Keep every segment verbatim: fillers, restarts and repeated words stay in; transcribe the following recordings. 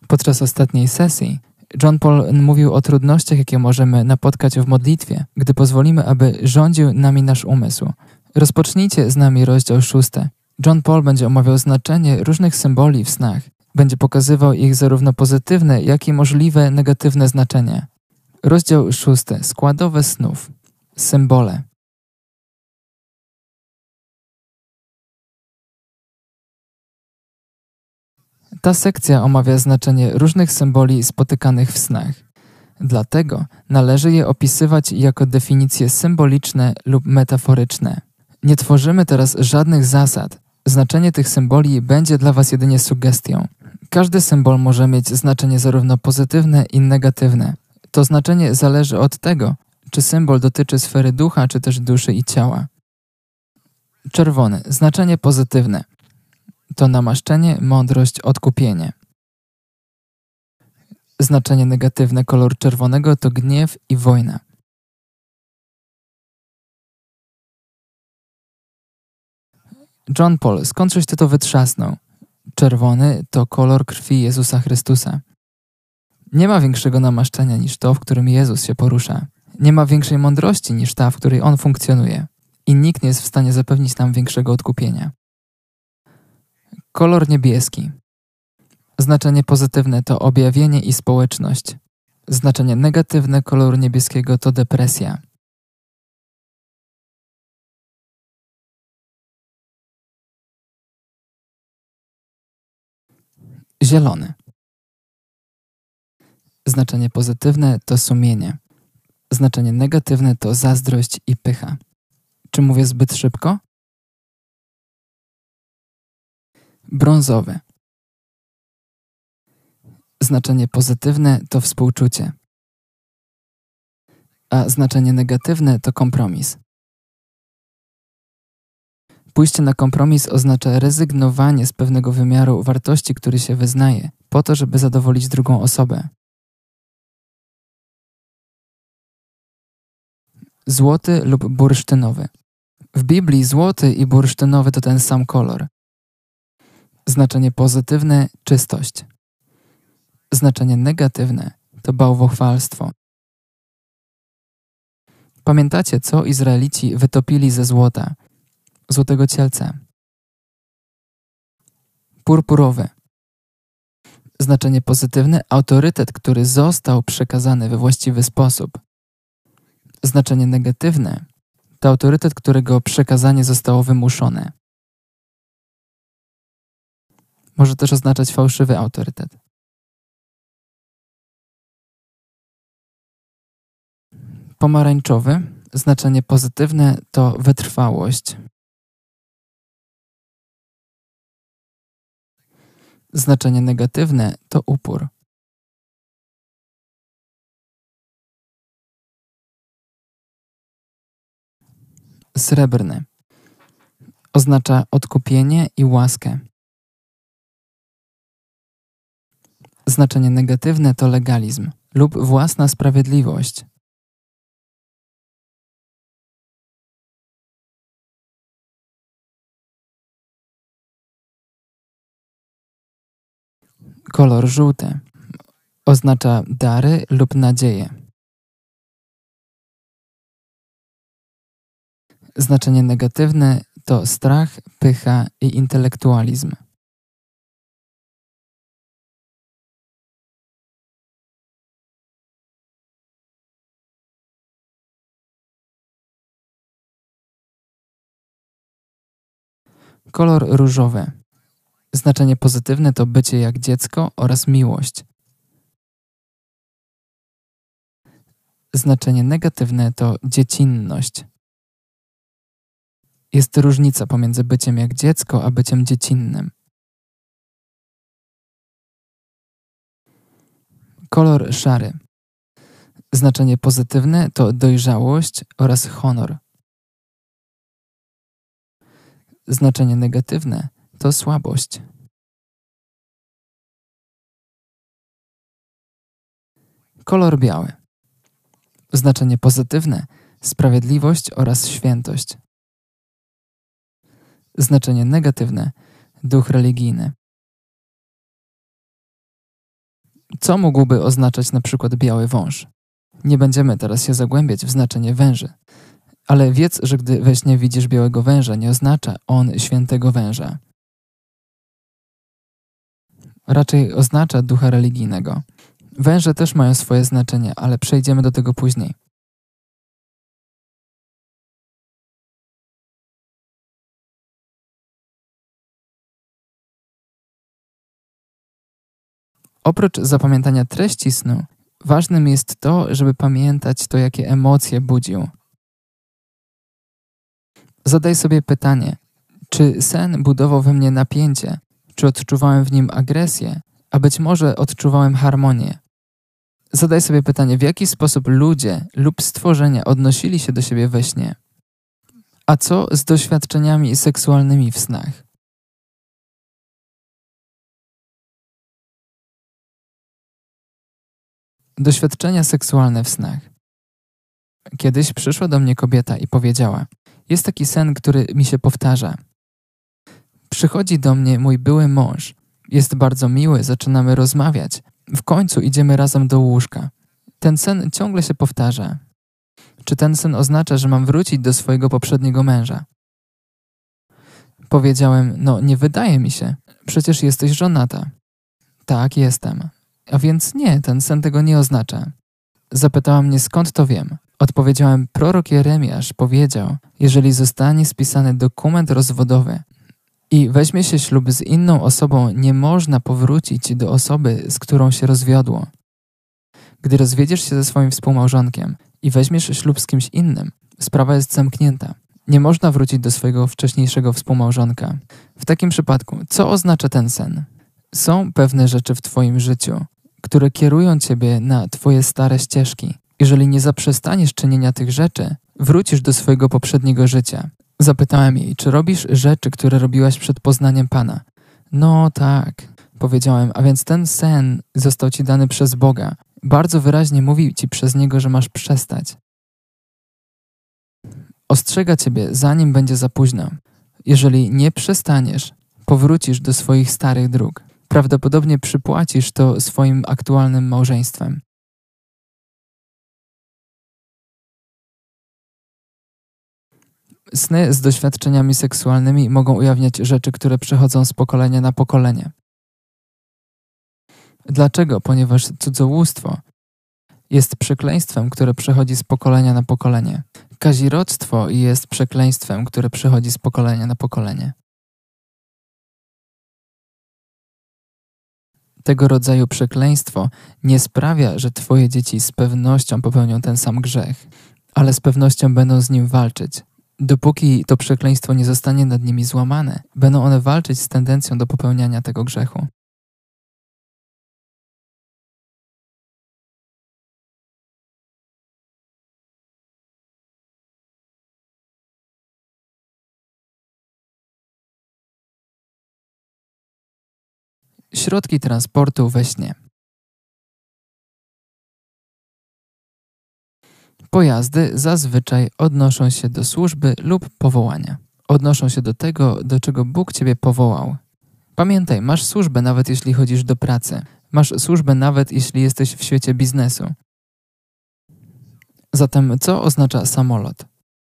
Podczas ostatniej sesji John Paul mówił o trudnościach, jakie możemy napotkać w modlitwie, gdy pozwolimy, aby rządził nami nasz umysł. Rozpocznijcie z nami rozdział szósty. John Paul będzie omawiał znaczenie różnych symboli w snach. Będzie pokazywał ich zarówno pozytywne, jak i możliwe negatywne znaczenie. Rozdział szósty. Składowe snów. Symbole. Ta sekcja omawia znaczenie różnych symboli spotykanych w snach. Dlatego należy je opisywać jako definicje symboliczne lub metaforyczne. Nie tworzymy teraz żadnych zasad. Znaczenie tych symboli będzie dla Was jedynie sugestią. Każdy symbol może mieć znaczenie zarówno pozytywne i negatywne. To znaczenie zależy od tego, czy symbol dotyczy sfery ducha, czy też duszy i ciała. Czerwony. Znaczenie pozytywne. To namaszczenie, mądrość, odkupienie. Znaczenie negatywne kolor czerwonego to gniew i wojna. John Paul, skądżeś ty to wytrzasnął? Czerwony to kolor krwi Jezusa Chrystusa. Nie ma większego namaszczenia niż to, w którym Jezus się porusza. Nie ma większej mądrości niż ta, w której On funkcjonuje. I nikt nie jest w stanie zapewnić nam większego odkupienia. Kolor niebieski. Znaczenie pozytywne to objawienie i społeczność. Znaczenie negatywne koloru niebieskiego to depresja. Zielony. Znaczenie pozytywne to sumienie. Znaczenie negatywne to zazdrość i pycha. Czy mówię zbyt szybko? Brązowy. Znaczenie pozytywne to współczucie, a znaczenie negatywne to kompromis. Pójście na kompromis oznacza rezygnowanie z pewnego wymiaru wartości, który się wyznaje, po to, żeby zadowolić drugą osobę. Złoty lub bursztynowy. W Biblii złoty i bursztynowy to ten sam kolor. Znaczenie pozytywne – czystość. Znaczenie negatywne to bałwochwalstwo. Pamiętacie, co Izraelici wytopili ze złota? Złotego cielca. Purpurowy. Znaczenie pozytywne – autorytet, który został przekazany we właściwy sposób. Znaczenie negatywne to autorytet, którego przekazanie zostało wymuszone. Może też oznaczać fałszywy autorytet. Pomarańczowy. Znaczenie pozytywne to wytrwałość. Znaczenie negatywne to upór. Srebrny. Oznacza odkupienie i łaskę. Znaczenie negatywne to legalizm lub własna sprawiedliwość. Kolor żółty oznacza dary lub nadzieję. Znaczenie negatywne to strach, pycha i intelektualizm. Kolor różowy. Znaczenie pozytywne to bycie jak dziecko oraz miłość. Znaczenie negatywne to dziecinność. Jest różnica pomiędzy byciem jak dziecko, a byciem dziecinnym. Kolor szary. Znaczenie pozytywne to dojrzałość oraz honor. Znaczenie negatywne to słabość. Kolor biały. Znaczenie pozytywne sprawiedliwość oraz świętość. Znaczenie negatywne duch religijny. Co mógłby oznaczać na przykład biały wąż? Nie będziemy teraz się zagłębiać w znaczenie węży. Ale wiedz, że gdy we śnie widzisz białego węża, nie oznacza on świętego węża. Raczej oznacza ducha religijnego. Węże też mają swoje znaczenie, ale przejdziemy do tego później. Oprócz zapamiętania treści snu, ważnym jest to, żeby pamiętać to, jakie emocje budził. Zadaj sobie pytanie, czy sen budował we mnie napięcie, czy odczuwałem w nim agresję, a być może odczuwałem harmonię. Zadaj sobie pytanie, w jaki sposób ludzie lub stworzenia odnosili się do siebie we śnie. A co z doświadczeniami seksualnymi w snach? Doświadczenia seksualne w snach. Kiedyś przyszła do mnie kobieta i powiedziała: jest taki sen, który mi się powtarza. Przychodzi do mnie mój były mąż. Jest bardzo miły, zaczynamy rozmawiać. W końcu idziemy razem do łóżka. Ten sen ciągle się powtarza. Czy ten sen oznacza, że mam wrócić do swojego poprzedniego męża? Powiedziałem: no nie wydaje mi się. Przecież jesteś żonata. Tak, jestem. A więc nie, ten sen tego nie oznacza. Zapytała mnie, skąd to wiem. Odpowiedziałem: prorok Jeremiasz powiedział, jeżeli zostanie spisany dokument rozwodowy i weźmie się ślub z inną osobą, nie można powrócić do osoby, z którą się rozwiodło. Gdy rozwiedziesz się ze swoim współmałżonkiem i weźmiesz ślub z kimś innym, sprawa jest zamknięta. Nie można wrócić do swojego wcześniejszego współmałżonka. W takim przypadku, co oznacza ten sen? Są pewne rzeczy w twoim życiu, które kierują ciebie na twoje stare ścieżki. Jeżeli nie zaprzestaniesz czynienia tych rzeczy, wrócisz do swojego poprzedniego życia. Zapytałem jej, czy robisz rzeczy, które robiłaś przed poznaniem Pana? No tak, powiedziałem, a więc ten sen został ci dany przez Boga. Bardzo wyraźnie mówi ci przez Niego, że masz przestać. Ostrzega ciebie, zanim będzie za późno. Jeżeli nie przestaniesz, powrócisz do swoich starych dróg. Prawdopodobnie przypłacisz to swoim aktualnym małżeństwem. Sny z doświadczeniami seksualnymi mogą ujawniać rzeczy, które przechodzą z pokolenia na pokolenie. Dlaczego? Ponieważ cudzołóstwo jest przekleństwem, które przechodzi z pokolenia na pokolenie. Kazirodztwo jest przekleństwem, które przechodzi z pokolenia na pokolenie. Tego rodzaju przekleństwo nie sprawia, że twoje dzieci z pewnością popełnią ten sam grzech, ale z pewnością będą z nim walczyć. Dopóki to przekleństwo nie zostanie nad nimi złamane, będą one walczyć z tendencją do popełniania tego grzechu. Środki transportu we śnie. Pojazdy zazwyczaj odnoszą się do służby lub powołania. Odnoszą się do tego, do czego Bóg ciebie powołał. Pamiętaj, masz służbę nawet jeśli chodzisz do pracy. Masz służbę nawet jeśli jesteś w świecie biznesu. Zatem co oznacza samolot?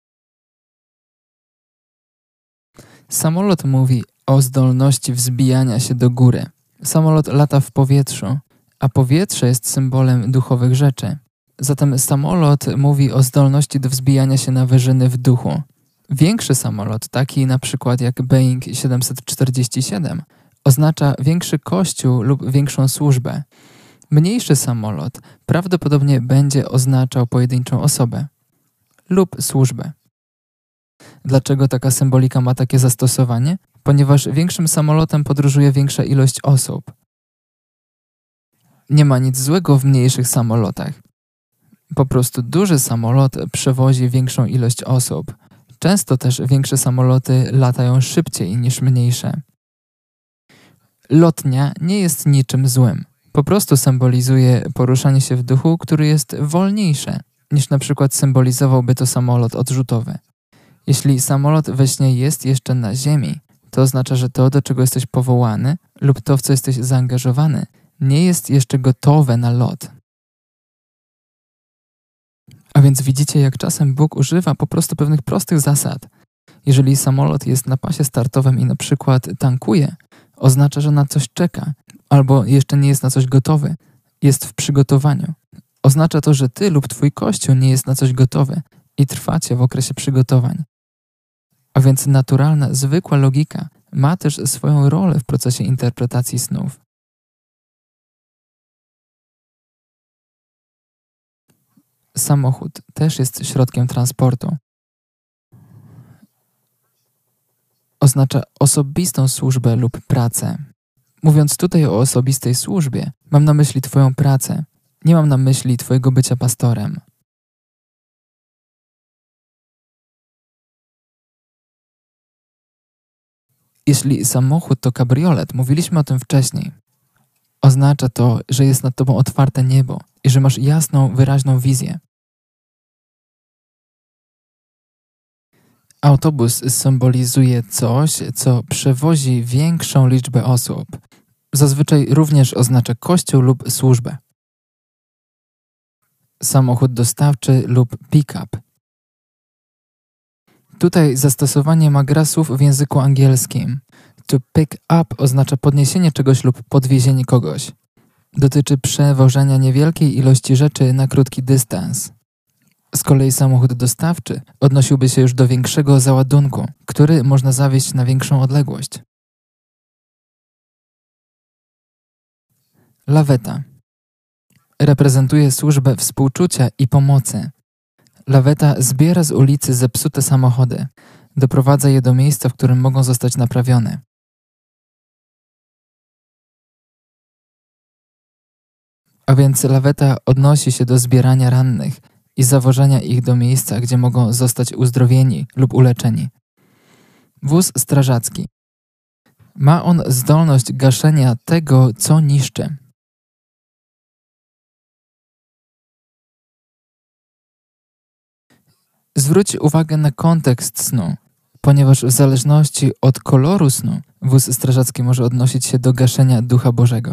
Samolot mówi o zdolności wzbijania się do góry. Samolot lata w powietrzu, a powietrze jest symbolem duchowych rzeczy. Zatem samolot mówi o zdolności do wzbijania się na wyżyny w duchu. Większy samolot, taki na przykład jak Boeing siedemset czterdzieści siedem, oznacza większy kościół lub większą służbę. Mniejszy samolot prawdopodobnie będzie oznaczał pojedynczą osobę lub służbę. Dlaczego taka symbolika ma takie zastosowanie? Ponieważ większym samolotem podróżuje większa ilość osób. Nie ma nic złego w mniejszych samolotach. Po prostu duży samolot przewozi większą ilość osób. Często też większe samoloty latają szybciej niż mniejsze. Lotnia nie jest niczym złym. Po prostu symbolizuje poruszanie się w duchu, który jest wolniejsze, niż na przykład symbolizowałby to samolot odrzutowy. Jeśli samolot we śnie jest jeszcze na ziemi, to oznacza, że to, do czego jesteś powołany lub to, w co jesteś zaangażowany, nie jest jeszcze gotowe na lot. A więc widzicie, jak czasem Bóg używa po prostu pewnych prostych zasad. Jeżeli samolot jest na pasie startowym i na przykład tankuje, oznacza, że na coś czeka, albo jeszcze nie jest na coś gotowy, jest w przygotowaniu. Oznacza to, że ty lub twój kościół nie jest na coś gotowy i trwacie w okresie przygotowań. A więc naturalna, zwykła logika ma też swoją rolę w procesie interpretacji snów. Samochód też jest środkiem transportu. Oznacza osobistą służbę lub pracę. Mówiąc tutaj o osobistej służbie, mam na myśli twoją pracę. Nie mam na myśli twojego bycia pastorem. Jeśli samochód to kabriolet, mówiliśmy o tym wcześniej. Oznacza to, że jest nad tobą otwarte niebo i że masz jasną, wyraźną wizję. Autobus symbolizuje coś, co przewozi większą liczbę osób. Zazwyczaj również oznacza kościół lub służbę. Samochód dostawczy lub pick-up. Tutaj zastosowanie ma gra słów w języku angielskim. To pick up oznacza podniesienie czegoś lub podwiezienie kogoś. Dotyczy przewożenia niewielkiej ilości rzeczy na krótki dystans. Z kolei samochód dostawczy odnosiłby się już do większego załadunku, który można zawieźć na większą odległość. Laweta reprezentuje służbę współczucia i pomocy. Laweta zbiera z ulicy zepsute samochody, doprowadza je do miejsca, w którym mogą zostać naprawione. A więc laweta odnosi się do zbierania rannych i zawożenia ich do miejsca, gdzie mogą zostać uzdrowieni lub uleczeni. Wóz strażacki. Ma on zdolność gaszenia tego, co niszczy. Zwróć uwagę na kontekst snu, ponieważ w zależności od koloru snu wóz strażacki może odnosić się do gaszenia Ducha Bożego.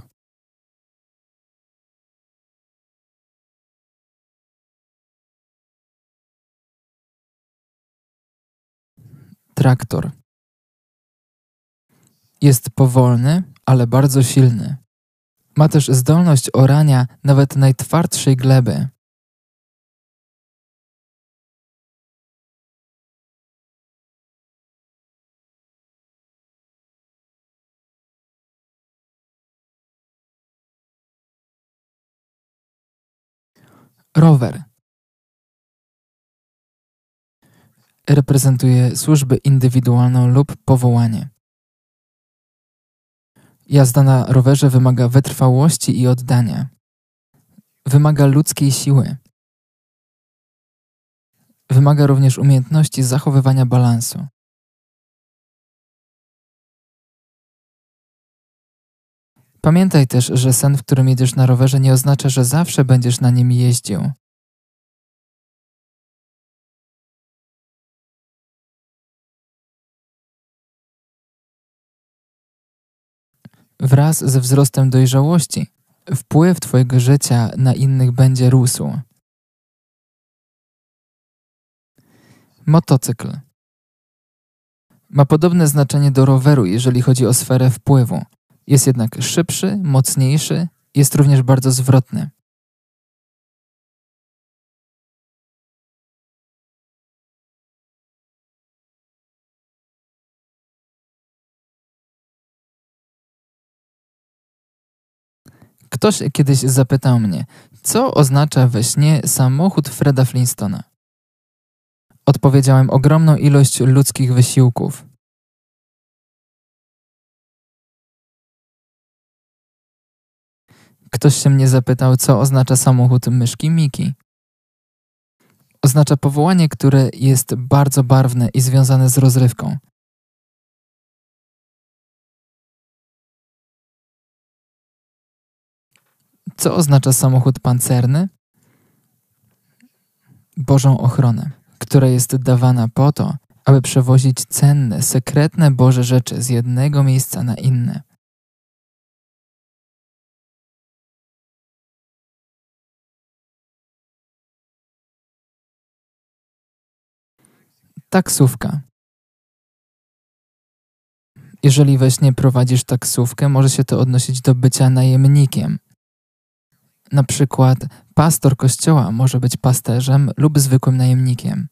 Traktor. Jest powolny, ale bardzo silny. Ma też zdolność orania nawet najtwardszej gleby. Rower reprezentuje służbę indywidualną lub powołanie. Jazda na rowerze wymaga wytrwałości i oddania. Wymaga ludzkiej siły. Wymaga również umiejętności zachowywania balansu. Pamiętaj też, że sen, w którym jedziesz na rowerze, nie oznacza, że zawsze będziesz na nim jeździł. Wraz ze wzrostem dojrzałości wpływ twojego życia na innych będzie rósł. Motocykl ma podobne znaczenie do roweru, jeżeli chodzi o sferę wpływu. Jest jednak szybszy, mocniejszy, jest również bardzo zwrotny. Ktoś kiedyś zapytał mnie, co oznacza we śnie samochód Freda Flintstona. Odpowiedziałem ogromną ilość ludzkich wysiłków. Ktoś się mnie zapytał, co oznacza samochód myszki Miki. Oznacza powołanie, które jest bardzo barwne i związane z rozrywką. Co oznacza samochód pancerny? Bożą ochronę, która jest dawana po to, aby przewozić cenne, sekretne Boże rzeczy z jednego miejsca na inne. Taksówka. Jeżeli we śnie prowadzisz taksówkę, może się to odnosić do bycia najemnikiem. Na przykład pastor kościoła może być pasterzem lub zwykłym najemnikiem.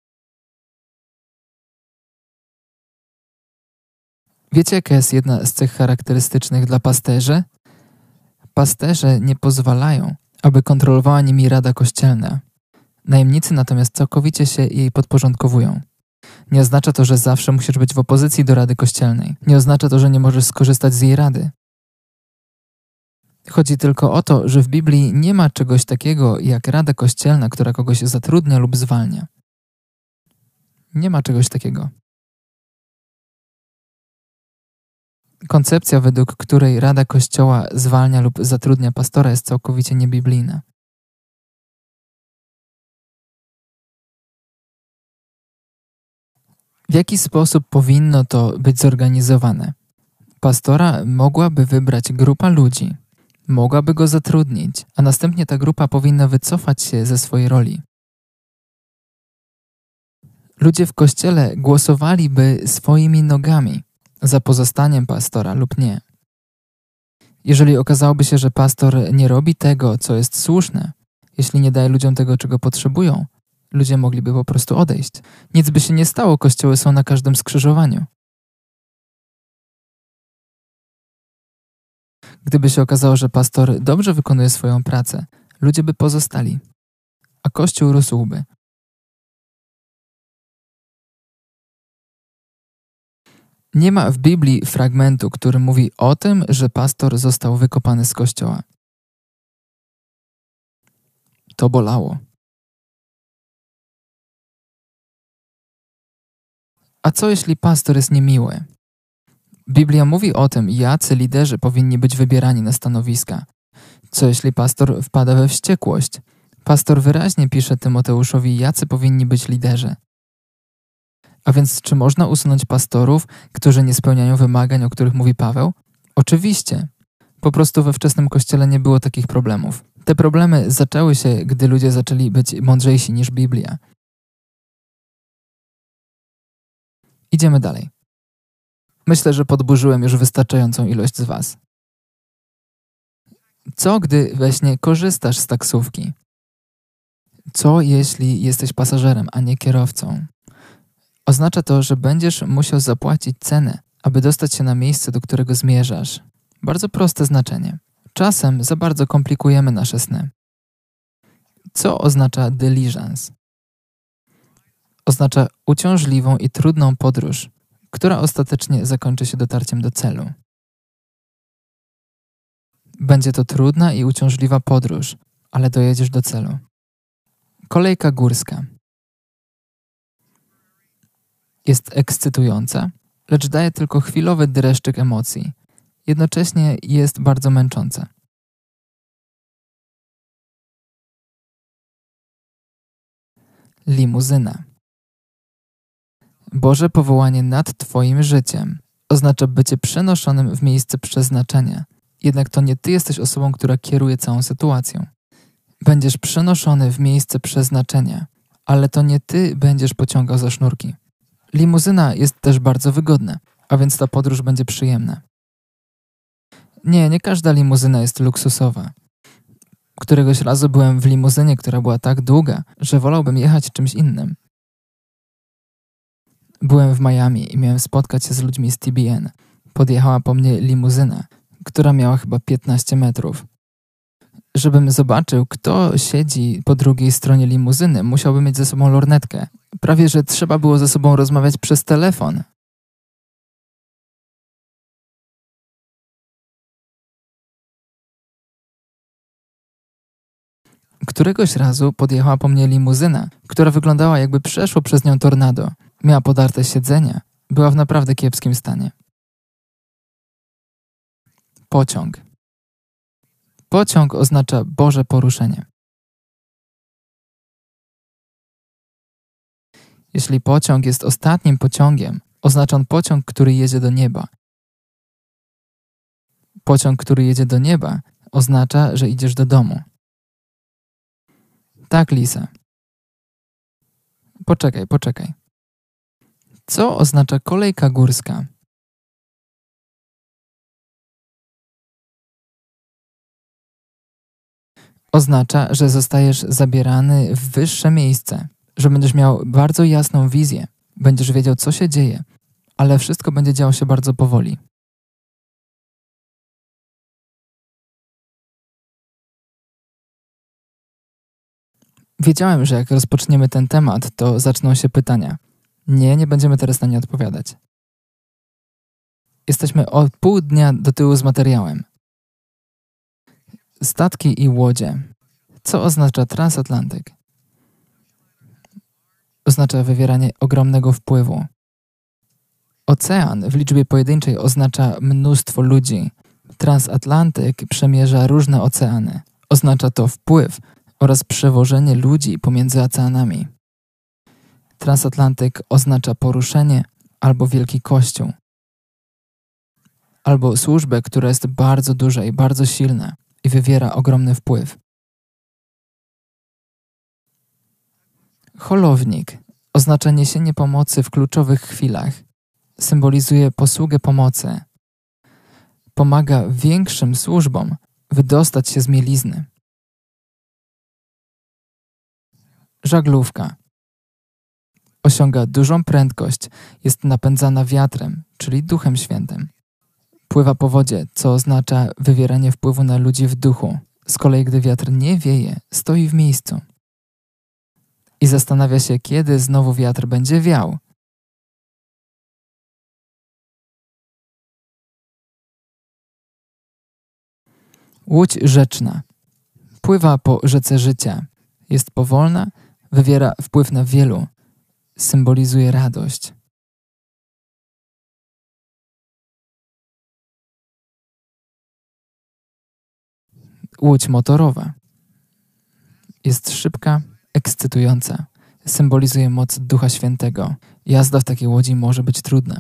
Wiecie, jaka jest jedna z cech charakterystycznych dla pasterzy? Pasterze nie pozwalają, aby kontrolowała nimi rada kościelna. Najemnicy natomiast całkowicie się jej podporządkowują. Nie oznacza to, że zawsze musisz być w opozycji do rady kościelnej. Nie oznacza to, że nie możesz skorzystać z jej rady. Chodzi tylko o to, że w Biblii nie ma czegoś takiego jak rada kościelna, która kogoś zatrudnia lub zwalnia. Nie ma czegoś takiego. Koncepcja, według której rada kościoła zwalnia lub zatrudnia pastora, jest całkowicie niebiblijna. W jaki sposób powinno to być zorganizowane? Pastora mogłaby wybrać grupa ludzi, mogłaby go zatrudnić, a następnie ta grupa powinna wycofać się ze swojej roli. Ludzie w kościele głosowaliby swoimi nogami za pozostaniem pastora lub nie. Jeżeli okazałoby się, że pastor nie robi tego, co jest słuszne, jeśli nie daje ludziom tego, czego potrzebują, ludzie mogliby po prostu odejść. Nic by się nie stało, kościoły są na każdym skrzyżowaniu. Gdyby się okazało, że pastor dobrze wykonuje swoją pracę, ludzie by pozostali, a kościół rósłby. Nie ma w Biblii fragmentu, który mówi o tym, że pastor został wykopany z kościoła. To bolało. A co jeśli pastor jest niemiły? Biblia mówi o tym, jacy liderzy powinni być wybierani na stanowiska. Co jeśli pastor wpada we wściekłość? Pastor wyraźnie pisze Tymoteuszowi, jacy powinni być liderzy. A więc czy można usunąć pastorów, którzy nie spełniają wymagań, o których mówi Paweł? Oczywiście. Po prostu we wczesnym kościele nie było takich problemów. Te problemy zaczęły się, gdy ludzie zaczęli być mądrzejsi niż Biblia. Idziemy dalej. Myślę, że podburzyłem już wystarczającą ilość z Was. Co, gdy we śnie korzystasz z taksówki? Co, jeśli jesteś pasażerem, a nie kierowcą? Oznacza to, że będziesz musiał zapłacić cenę, aby dostać się na miejsce, do którego zmierzasz. Bardzo proste znaczenie. Czasem za bardzo komplikujemy nasze sny. Co oznacza diligence? Oznacza uciążliwą i trudną podróż, która ostatecznie zakończy się dotarciem do celu. Będzie to trudna i uciążliwa podróż, ale dojedziesz do celu. Kolejka górska. Jest ekscytująca, lecz daje tylko chwilowy dreszczyk emocji. Jednocześnie jest bardzo męcząca. Limuzyna. Boże powołanie nad Twoim życiem oznacza bycie przenoszonym w miejsce przeznaczenia. Jednak to nie Ty jesteś osobą, która kieruje całą sytuacją. Będziesz przenoszony w miejsce przeznaczenia, ale to nie Ty będziesz pociągał za sznurki. Limuzyna jest też bardzo wygodna, a więc ta podróż będzie przyjemna. Nie, nie każda limuzyna jest luksusowa. Któregoś razu byłem w limuzynie, która była tak długa, że wolałbym jechać czymś innym. Byłem w Miami i miałem spotkać się z ludźmi z T B N. Podjechała po mnie limuzyna, która miała chyba piętnaście metrów. Żebym zobaczył, kto siedzi po drugiej stronie limuzyny, musiałbym mieć ze sobą lornetkę. Prawie że trzeba było ze sobą rozmawiać przez telefon. Któregoś razu podjechała po mnie limuzyna, która wyglądała, jakby przeszło przez nią tornado. Miała podarte siedzenia. Była w naprawdę kiepskim stanie. Pociąg. Pociąg oznacza Boże poruszenie. Jeśli pociąg jest ostatnim pociągiem, oznacza on pociąg, który jedzie do nieba. Pociąg, który jedzie do nieba, oznacza, że idziesz do domu. Tak, Lisa. Poczekaj, poczekaj. Co oznacza kolejka górska? Oznacza, że zostajesz zabierany w wyższe miejsce, że będziesz miał bardzo jasną wizję, będziesz wiedział, co się dzieje, ale wszystko będzie działo się bardzo powoli. Wiedziałem, że jak rozpoczniemy ten temat, to zaczną się pytania. Nie, nie będziemy teraz na nie odpowiadać. Jesteśmy o pół dnia do tyłu z materiałem. Statki i łodzie. Co oznacza transatlantyk? Oznacza wywieranie ogromnego wpływu. Ocean w liczbie pojedynczej oznacza mnóstwo ludzi. Transatlantyk przemierza różne oceany. Oznacza to wpływ oraz przewożenie ludzi pomiędzy oceanami. Transatlantyk oznacza poruszenie albo wielki kościół. Albo służbę, która jest bardzo duża i bardzo silna i wywiera ogromny wpływ. Holownik oznacza niesienie pomocy w kluczowych chwilach. Symbolizuje posługę pomocy. Pomaga większym służbom wydostać się z mielizny. Żaglówka. Osiąga dużą prędkość, jest napędzana wiatrem, czyli Duchem Świętym. Pływa po wodzie, co oznacza wywieranie wpływu na ludzi w duchu. Z kolei, gdy wiatr nie wieje, stoi w miejscu. I zastanawia się, kiedy znowu wiatr będzie wiał. Łódź rzeczna. Pływa po rzece życia. Jest powolna, wywiera wpływ na wielu. Symbolizuje radość. Łódź motorowa. Jest szybka, ekscytująca. Symbolizuje moc Ducha Świętego. Jazda w takiej łodzi może być trudna.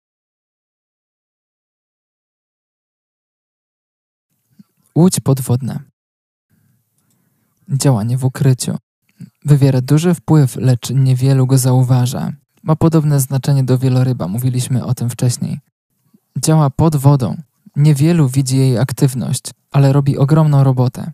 Łódź podwodna. Działanie w ukryciu. Wywiera duży wpływ, lecz niewielu go zauważa. Ma podobne znaczenie do wieloryba, mówiliśmy o tym wcześniej. Działa pod wodą. Niewielu widzi jej aktywność, ale robi ogromną robotę.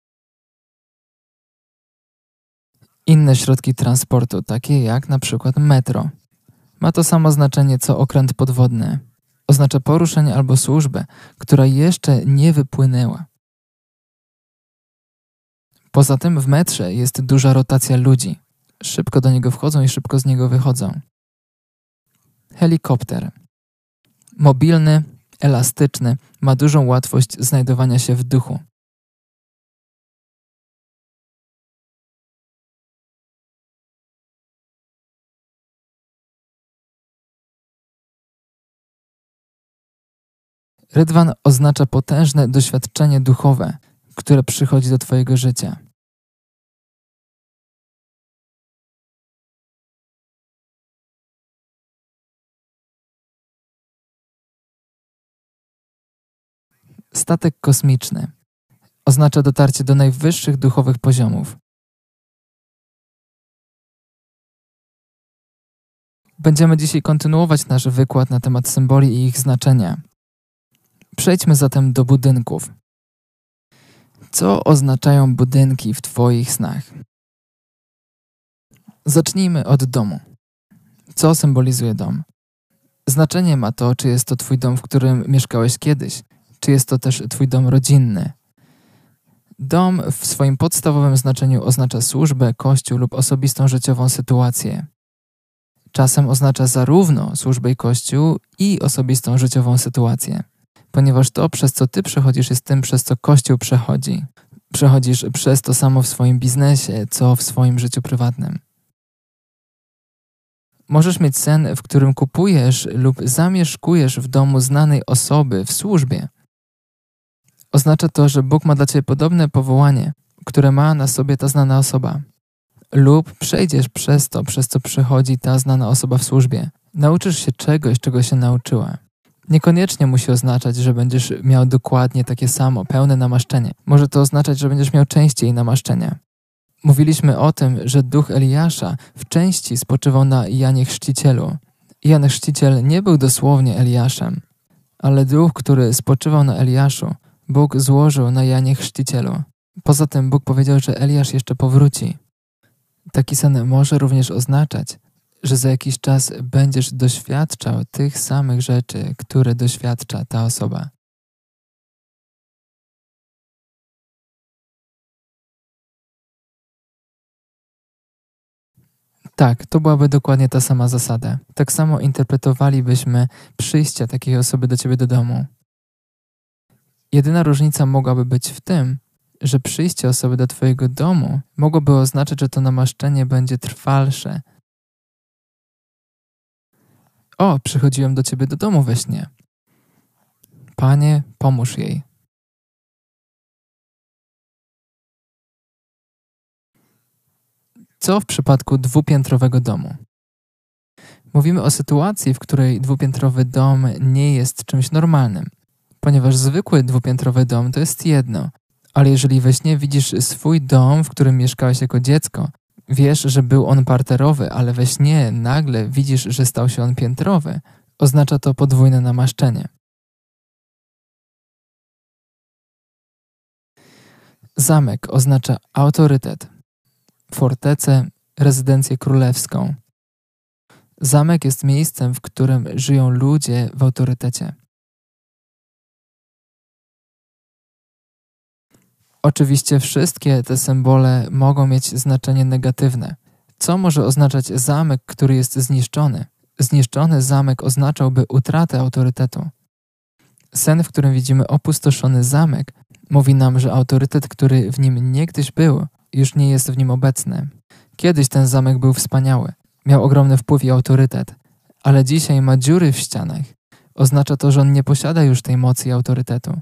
Inne środki transportu, takie jak na przykład metro. Ma to samo znaczenie co okręt podwodny. Oznacza poruszenie albo służbę, która jeszcze nie wypłynęła. Poza tym w metrze jest duża rotacja ludzi. Szybko do niego wchodzą i szybko z niego wychodzą. Helikopter. Mobilny, elastyczny, ma dużą łatwość znajdowania się w duchu. Rydwan oznacza potężne doświadczenie duchowe, które przychodzi do Twojego życia. Statek kosmiczny oznacza dotarcie do najwyższych duchowych poziomów. Będziemy dzisiaj kontynuować nasz wykład na temat symboli i ich znaczenia. Przejdźmy zatem do budynków. Co oznaczają budynki w Twoich snach? Zacznijmy od domu. Co symbolizuje dom? Znaczenie ma to, czy jest to Twój dom, w którym mieszkałeś kiedyś, czy jest to też Twój dom rodzinny. Dom w swoim podstawowym znaczeniu oznacza służbę, kościół lub osobistą życiową sytuację. Czasem oznacza zarówno służbę i kościół i osobistą życiową sytuację, ponieważ to, przez co Ty przechodzisz, jest tym, przez co Kościół przechodzi. Przechodzisz przez to samo w swoim biznesie, co w swoim życiu prywatnym. Możesz mieć sen, w którym kupujesz lub zamieszkujesz w domu znanej osoby w służbie. Oznacza to, że Bóg ma dla Ciebie podobne powołanie, które ma na sobie ta znana osoba. Lub przejdziesz przez to, przez co przechodzi ta znana osoba w służbie. Nauczysz się czegoś, czego się nauczyła. Niekoniecznie musi oznaczać, że będziesz miał dokładnie takie samo, pełne namaszczenie. Może to oznaczać, że będziesz miał częściej namaszczenia. Mówiliśmy o tym, że duch Eliasza w części spoczywał na Janie Chrzcicielu. Jan Chrzciciel nie był dosłownie Eliaszem, ale duch, który spoczywał na Eliaszu, Bóg złożył na Janie Chrzcicielu. Poza tym Bóg powiedział, że Eliasz jeszcze powróci. Taki sen może również oznaczać, że za jakiś czas będziesz doświadczał tych samych rzeczy, które doświadcza ta osoba. Tak, to byłaby dokładnie ta sama zasada. Tak samo interpretowalibyśmy przyjście takiej osoby do ciebie do domu. Jedyna różnica mogłaby być w tym, że przyjście osoby do twojego domu mogłoby oznaczać, że to namaszczenie będzie trwalsze. O, przychodziłem do ciebie do domu we śnie. Panie, pomóż jej. Co w przypadku dwupiętrowego domu? Mówimy o sytuacji, w której dwupiętrowy dom nie jest czymś normalnym, ponieważ zwykły dwupiętrowy dom to jest jedno, ale jeżeli we śnie widzisz swój dom, w którym mieszkałeś jako dziecko, wiesz, że był on parterowy, ale we śnie nagle widzisz, że stał się on piętrowy, oznacza to podwójne namaszczenie. Zamek oznacza autorytet, fortecę, rezydencję królewską. Zamek jest miejscem, w którym żyją ludzie w autorytecie. Oczywiście wszystkie te symbole mogą mieć znaczenie negatywne. Co może oznaczać zamek, który jest zniszczony? Zniszczony zamek oznaczałby utratę autorytetu. Sen, w którym widzimy opustoszony zamek, mówi nam, że autorytet, który w nim niegdyś był, już nie jest w nim obecny. Kiedyś ten zamek był wspaniały, miał ogromny wpływ i autorytet, ale dzisiaj ma dziury w ścianach. Oznacza to, że on nie posiada już tej mocy i autorytetu.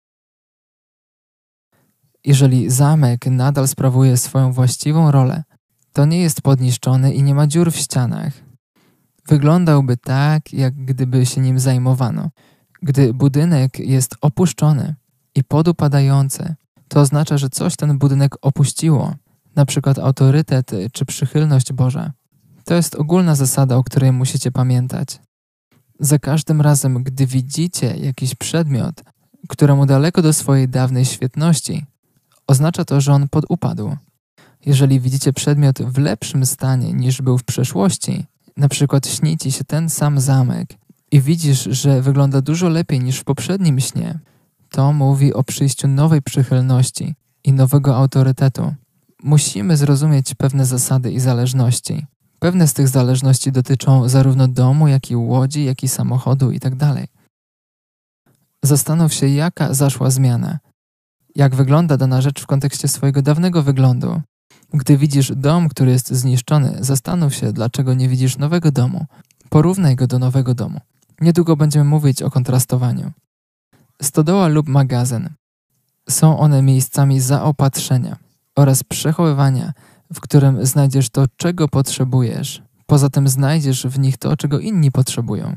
Jeżeli zamek nadal sprawuje swoją właściwą rolę, to nie jest podniszczony i nie ma dziur w ścianach. Wyglądałby tak, jak gdyby się nim zajmowano. Gdy budynek jest opuszczony i podupadający, to oznacza, że coś ten budynek opuściło, na przykład autorytet czy przychylność Boża. To jest ogólna zasada, o której musicie pamiętać. Za każdym razem, gdy widzicie jakiś przedmiot, któremu daleko do swojej dawnej świetności, oznacza to, że on podupadł. Jeżeli widzicie przedmiot w lepszym stanie niż był w przeszłości, na przykład śni ci się ten sam zamek i widzisz, że wygląda dużo lepiej niż w poprzednim śnie, to mówi o przyjściu nowej przychylności i nowego autorytetu. Musimy zrozumieć pewne zasady i zależności. Pewne z tych zależności dotyczą zarówno domu, jak i łodzi, jak i samochodu itd. Zastanów się, jaka zaszła zmiana. Jak wygląda dana rzecz w kontekście swojego dawnego wyglądu. Gdy widzisz dom, który jest zniszczony, zastanów się, dlaczego nie widzisz nowego domu. Porównaj go do nowego domu. Niedługo będziemy mówić o kontrastowaniu. Stodoła lub magazyn. Są one miejscami zaopatrzenia oraz przechowywania, w którym znajdziesz to, czego potrzebujesz. Poza tym znajdziesz w nich to, czego inni potrzebują.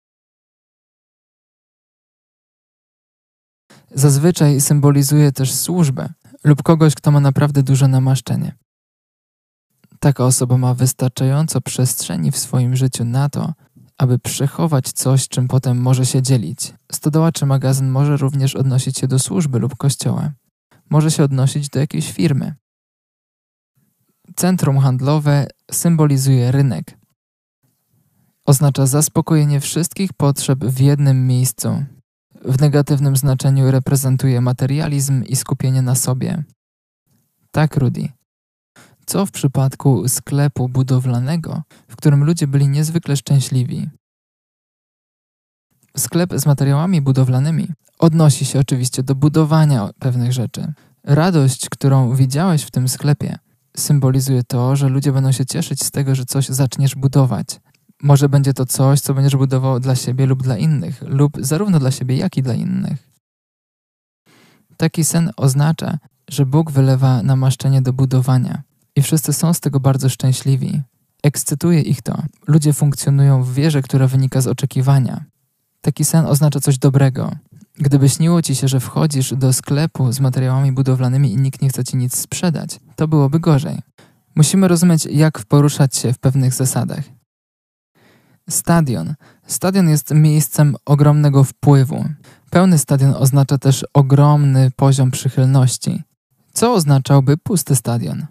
Zazwyczaj symbolizuje też służbę lub kogoś, kto ma naprawdę duże namaszczenie. Taka osoba ma wystarczająco przestrzeni w swoim życiu na to, aby przechować coś, czym potem może się dzielić. Stodoła czy magazyn może również odnosić się do służby lub kościoła. Może się odnosić do jakiejś firmy. Centrum handlowe symbolizuje rynek. Oznacza zaspokojenie wszystkich potrzeb w jednym miejscu. W negatywnym znaczeniu reprezentuje materializm i skupienie na sobie. Tak, Rudy. Co w przypadku sklepu budowlanego, w którym ludzie byli niezwykle szczęśliwi? Sklep z materiałami budowlanymi odnosi się oczywiście do budowania pewnych rzeczy. Radość, którą widziałeś w tym sklepie, symbolizuje to, że ludzie będą się cieszyć z tego, że coś zaczniesz budować. Może będzie to coś, co będziesz budował dla siebie lub dla innych, lub zarówno dla siebie, jak i dla innych. Taki sen oznacza, że Bóg wylewa namaszczenie do budowania i wszyscy są z tego bardzo szczęśliwi. Ekscytuje ich to. Ludzie funkcjonują w wierze, która wynika z oczekiwania. Taki sen oznacza coś dobrego. Gdyby śniło ci się, że wchodzisz do sklepu z materiałami budowlanymi i nikt nie chce ci nic sprzedać, to byłoby gorzej. Musimy rozumieć, jak poruszać się w pewnych zasadach. Stadion. Stadion jest miejscem ogromnego wpływu. Pełny stadion oznacza też ogromny poziom przychylności. Co oznaczałby pusty stadion?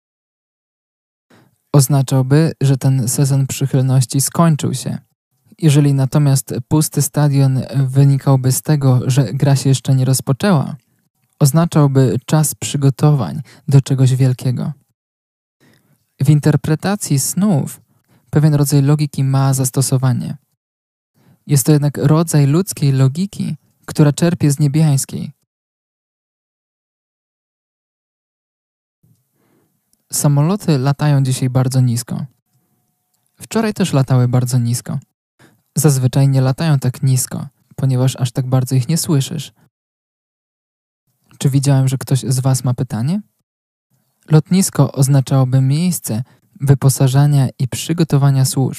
Oznaczałby, że ten sezon przychylności skończył się. Jeżeli natomiast pusty stadion wynikałby z tego, że gra się jeszcze nie rozpoczęła, oznaczałby czas przygotowań do czegoś wielkiego. W interpretacji snów pewien rodzaj logiki ma zastosowanie. Jest to jednak rodzaj ludzkiej logiki, która czerpie z niebiańskiej. Samoloty latają dzisiaj bardzo nisko. Wczoraj też latały bardzo nisko. Zazwyczaj nie latają tak nisko, ponieważ aż tak bardzo ich nie słyszysz. Czy widziałem, że ktoś z Was ma pytanie? Lotnisko oznaczałoby miejsce wyposażania i przygotowania służb.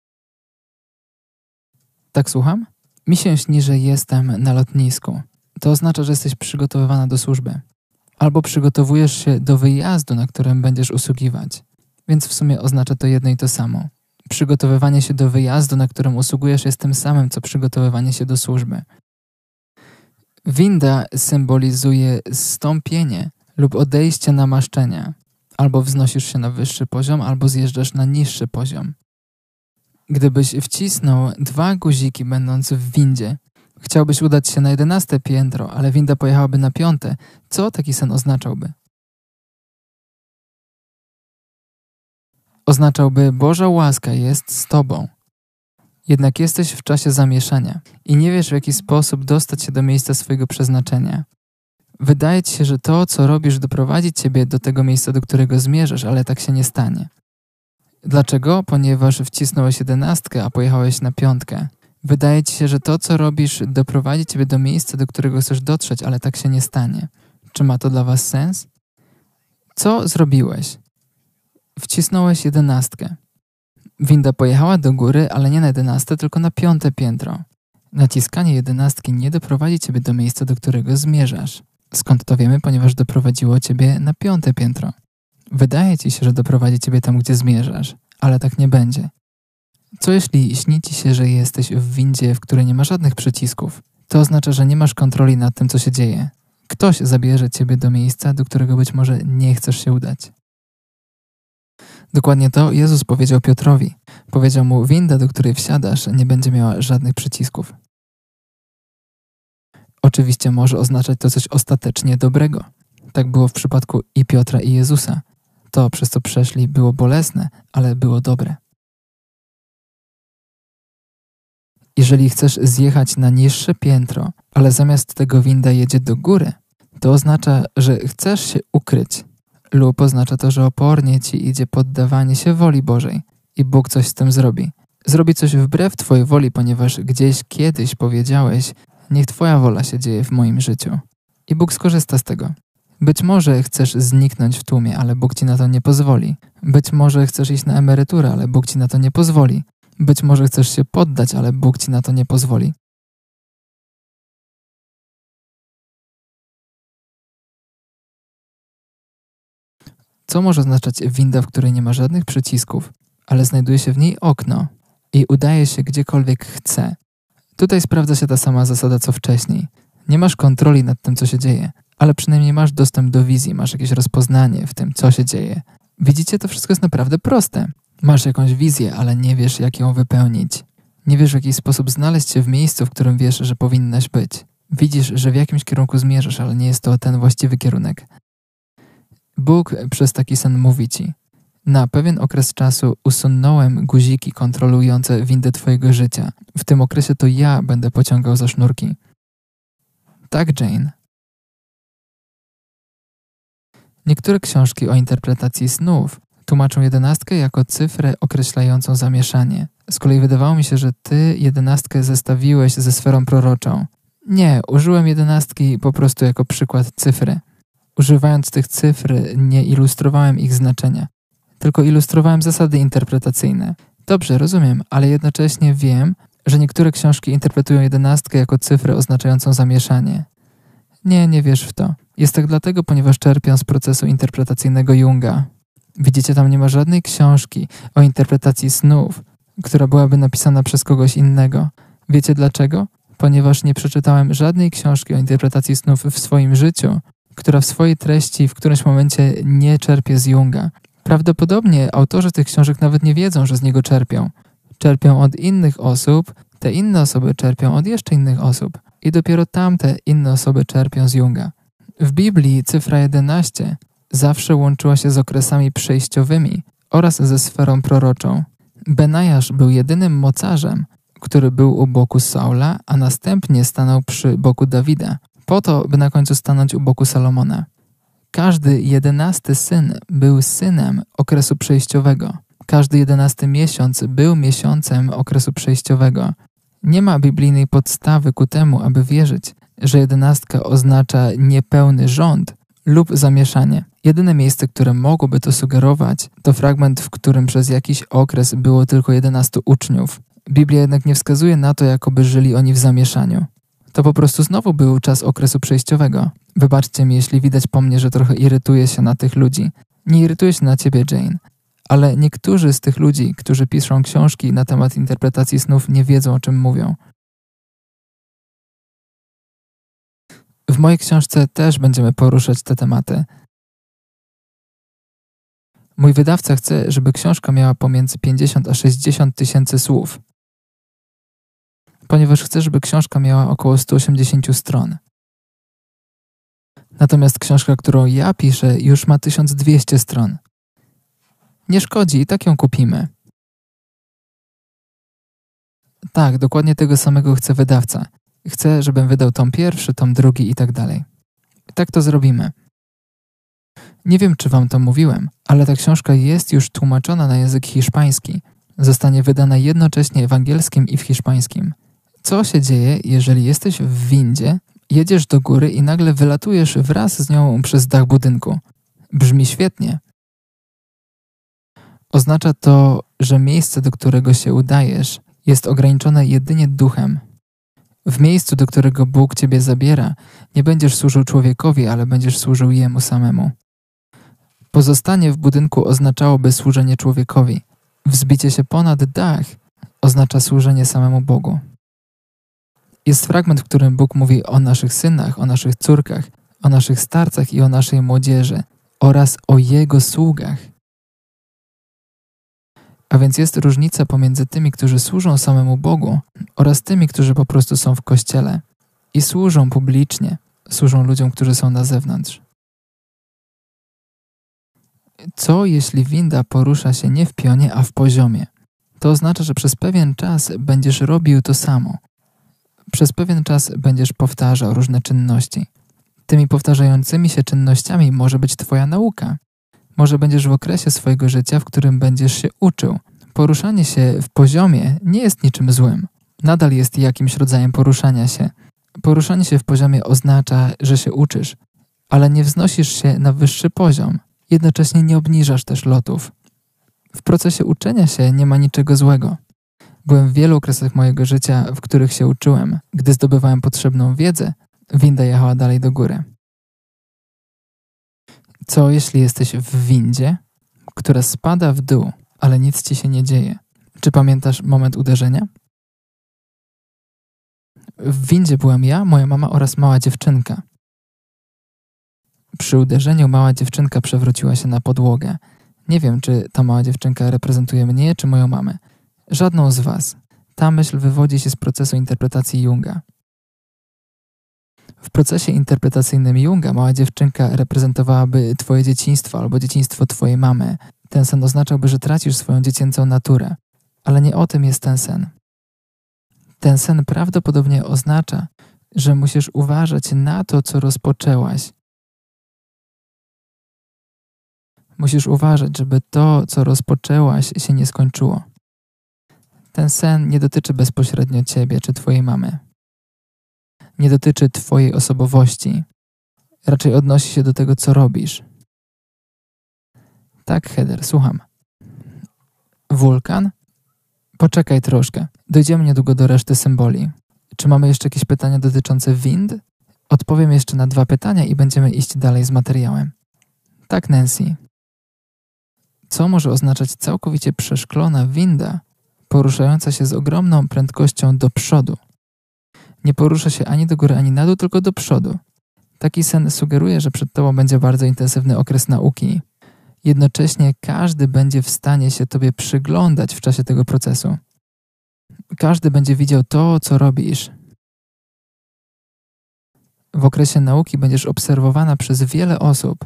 Tak słucham? Mi się śni, że jestem na lotnisku. To oznacza, że jesteś przygotowywana do służby. Albo przygotowujesz się do wyjazdu, na którym będziesz usługiwać. Więc w sumie oznacza to jedno i to samo. Przygotowywanie się do wyjazdu, na którym usługujesz, jest tym samym, co przygotowywanie się do służby. Winda symbolizuje zstąpienie lub odejście namaszczenia. Albo wznosisz się na wyższy poziom, albo zjeżdżasz na niższy poziom. Gdybyś wcisnął dwa guziki będąc w windzie, chciałbyś udać się na jedenaste piętro, ale winda pojechałaby na piąte, co taki sen oznaczałby? Oznaczałby: Boża łaska jest z Tobą. Jednak jesteś w czasie zamieszania i nie wiesz, w jaki sposób dostać się do miejsca swojego przeznaczenia. Wydaje Ci się, że to, co robisz, doprowadzi Ciebie do tego miejsca, do którego zmierzasz, ale tak się nie stanie. Dlaczego? Ponieważ wcisnąłeś jedenastkę, a pojechałeś na piątkę. Wydaje Ci się, że to, co robisz, doprowadzi Ciebie do miejsca, do którego chcesz dotrzeć, ale tak się nie stanie. Czy ma to dla Was sens? Co zrobiłeś? Wcisnąłeś jedenastkę. Winda pojechała do góry, ale nie na jedenaste, tylko na piąte piętro. Naciskanie jedenastki nie doprowadzi Ciebie do miejsca, do którego zmierzasz. Skąd to wiemy? Ponieważ doprowadziło Ciebie na piąte piętro. Wydaje Ci się, że doprowadzi Ciebie tam, gdzie zmierzasz, ale tak nie będzie. Co jeśli śni Ci się, że jesteś w windzie, w której nie ma żadnych przycisków? To oznacza, że nie masz kontroli nad tym, co się dzieje. Ktoś zabierze Ciebie do miejsca, do którego być może nie chcesz się udać. Dokładnie to Jezus powiedział Piotrowi. Powiedział mu: winda, do której wsiadasz, nie będzie miała żadnych przycisków. Oczywiście może oznaczać to coś ostatecznie dobrego. Tak było w przypadku i Piotra, i Jezusa. To, przez co przeszli, było bolesne, ale było dobre. Jeżeli chcesz zjechać na niższe piętro, ale zamiast tego winda jedzie do góry, to oznacza, że chcesz się ukryć. Lub oznacza to, że opornie Ci idzie poddawanie się woli Bożej i Bóg coś z tym zrobi. Zrobi coś wbrew Twojej woli, ponieważ gdzieś kiedyś powiedziałeś: niech Twoja wola się dzieje w moim życiu. I Bóg skorzysta z tego. Być może chcesz zniknąć w tłumie, ale Bóg Ci na to nie pozwoli. Być może chcesz iść na emeryturę, ale Bóg Ci na to nie pozwoli. Być może chcesz się poddać, ale Bóg Ci na to nie pozwoli. Co może oznaczać winda, w której nie ma żadnych przycisków, ale znajduje się w niej okno i udaje się gdziekolwiek chce? Tutaj sprawdza się ta sama zasada, co wcześniej. Nie masz kontroli nad tym, co się dzieje, ale przynajmniej masz dostęp do wizji, masz jakieś rozpoznanie w tym, co się dzieje. Widzicie, to wszystko jest naprawdę proste. Masz jakąś wizję, ale nie wiesz, jak ją wypełnić. Nie wiesz, w jaki sposób znaleźć się w miejscu, w którym wiesz, że powinnaś być. Widzisz, że w jakimś kierunku zmierzasz, ale nie jest to ten właściwy kierunek. Bóg przez taki sen mówi Ci: na pewien okres czasu usunąłem guziki kontrolujące windę Twojego życia. W tym okresie to ja będę pociągał za sznurki. Tak, Jane. Niektóre książki o interpretacji snów tłumaczą jedenastkę jako cyfrę określającą zamieszanie. Z kolei wydawało mi się, że Ty jedenastkę zestawiłeś ze sferą proroczą. Nie, użyłem jedenastki po prostu jako przykład cyfry. Używając tych cyfr nie ilustrowałem ich znaczenia, tylko ilustrowałem zasady interpretacyjne. Dobrze, rozumiem, ale jednocześnie wiem, że niektóre książki interpretują jedenastkę jako cyfrę oznaczającą zamieszanie. Nie, nie wierz w to. Jest tak dlatego, ponieważ czerpią z procesu interpretacyjnego Junga. Widzicie, tam nie ma żadnej książki o interpretacji snów, która byłaby napisana przez kogoś innego. Wiecie dlaczego? Ponieważ nie przeczytałem żadnej książki o interpretacji snów w swoim życiu, która w swojej treści w którymś momencie nie czerpie z Junga. Prawdopodobnie autorzy tych książek nawet nie wiedzą, że z niego czerpią. Czerpią od innych osób, te inne osoby czerpią od jeszcze innych osób i dopiero tamte inne osoby czerpią z Junga. W Biblii cyfra jedenaście zawsze łączyła się z okresami przejściowymi oraz ze sferą proroczą. Benajasz był jedynym mocarzem, który był u boku Saula, a następnie stanął przy boku Dawida, po to, by na końcu stanąć u boku Salomona. Każdy jedenasty syn był synem okresu przejściowego. Każdy jedenasty miesiąc był miesiącem okresu przejściowego. Nie ma biblijnej podstawy ku temu, aby wierzyć, że jedenastka oznacza niepełny rząd lub zamieszanie. Jedyne miejsce, które mogłoby to sugerować, to fragment, w którym przez jakiś okres było tylko jedenastu uczniów. Biblia jednak nie wskazuje na to, jakoby żyli oni w zamieszaniu. To po prostu znowu był czas okresu przejściowego. Wybaczcie mi, jeśli widać po mnie, że trochę irytuję się na tych ludzi. Nie irytuję się na ciebie, Jane. Ale niektórzy z tych ludzi, którzy piszą książki na temat interpretacji snów, nie wiedzą, o czym mówią. W mojej książce też będziemy poruszać te tematy. Mój wydawca chce, żeby książka miała pomiędzy pięćdziesiąt a sześćdziesiąt tysięcy słów, ponieważ chce, żeby książka miała około sto osiemdziesiąt stron. Natomiast książka, którą ja piszę, już ma tysiąc dwieście stron. Nie szkodzi, i tak ją kupimy. Tak, dokładnie tego samego chce wydawca. Chce, żebym wydał tom pierwszy, tom drugi i tak dalej. Tak to zrobimy. Nie wiem, czy wam to mówiłem, ale ta książka jest już tłumaczona na język hiszpański. Zostanie wydana jednocześnie w angielskim i w hiszpańskim. Co się dzieje, jeżeli jesteś w windzie, jedziesz do góry i nagle wylatujesz wraz z nią przez dach budynku? Brzmi świetnie. Oznacza to, że miejsce, do którego się udajesz, jest ograniczone jedynie duchem. W miejscu, do którego Bóg ciebie zabiera, nie będziesz służył człowiekowi, ale będziesz służył Jemu samemu. Pozostanie w budynku oznaczałoby służenie człowiekowi. Wzbicie się ponad dach oznacza służenie samemu Bogu. Jest fragment, w którym Bóg mówi o naszych synach, o naszych córkach, o naszych starcach i o naszej młodzieży oraz o Jego sługach. A więc jest różnica pomiędzy tymi, którzy służą samemu Bogu oraz tymi, którzy po prostu są w kościele i służą publicznie, służą ludziom, którzy są na zewnątrz. Co jeśli winda porusza się nie w pionie, a w poziomie? To oznacza, że przez pewien czas będziesz robił to samo. Przez pewien czas będziesz powtarzał różne czynności. Tymi powtarzającymi się czynnościami może być twoja nauka. Może będziesz w okresie swojego życia, w którym będziesz się uczył. Poruszanie się w poziomie nie jest niczym złym. Nadal jest jakimś rodzajem poruszania się. Poruszanie się w poziomie oznacza, że się uczysz, ale nie wznosisz się na wyższy poziom. Jednocześnie nie obniżasz też lotów. W procesie uczenia się nie ma niczego złego. Byłem w wielu okresach mojego życia, w których się uczyłem. Gdy zdobywałem potrzebną wiedzę, winda jechała dalej do góry. Co jeśli jesteś w windzie, która spada w dół, ale nic ci się nie dzieje? Czy pamiętasz moment uderzenia? W windzie byłem ja, moja mama oraz mała dziewczynka. Przy uderzeniu mała dziewczynka przewróciła się na podłogę. Nie wiem, czy ta mała dziewczynka reprezentuje mnie, czy moją mamę. Żadną z was. Ta myśl wywodzi się z procesu interpretacji Junga. W procesie interpretacyjnym Junga mała dziewczynka reprezentowałaby twoje dzieciństwo albo dzieciństwo twojej mamy. Ten sen oznaczałby, że tracisz swoją dziecięcą naturę. Ale nie o tym jest ten sen. Ten sen prawdopodobnie oznacza, że musisz uważać na to, co rozpoczęłaś. Musisz uważać, żeby to, co rozpoczęłaś, się nie skończyło. Ten sen nie dotyczy bezpośrednio ciebie czy twojej mamy. Nie dotyczy twojej osobowości. Raczej odnosi się do tego, co robisz. Tak, Heather, słucham. Wulkan? Poczekaj troszkę. Dojdziemy niedługo do reszty symboli. Czy mamy jeszcze jakieś pytania dotyczące wind? Odpowiem jeszcze na dwa pytania i będziemy iść dalej z materiałem. Tak, Nancy. Co może oznaczać całkowicie przeszklona winda poruszająca się z ogromną prędkością do przodu. Nie porusza się ani do góry, ani na dół, tylko do przodu. Taki sen sugeruje, że przed tobą będzie bardzo intensywny okres nauki. Jednocześnie każdy będzie w stanie się tobie przyglądać w czasie tego procesu. Każdy będzie widział to, co robisz. W okresie nauki będziesz obserwowana przez wiele osób.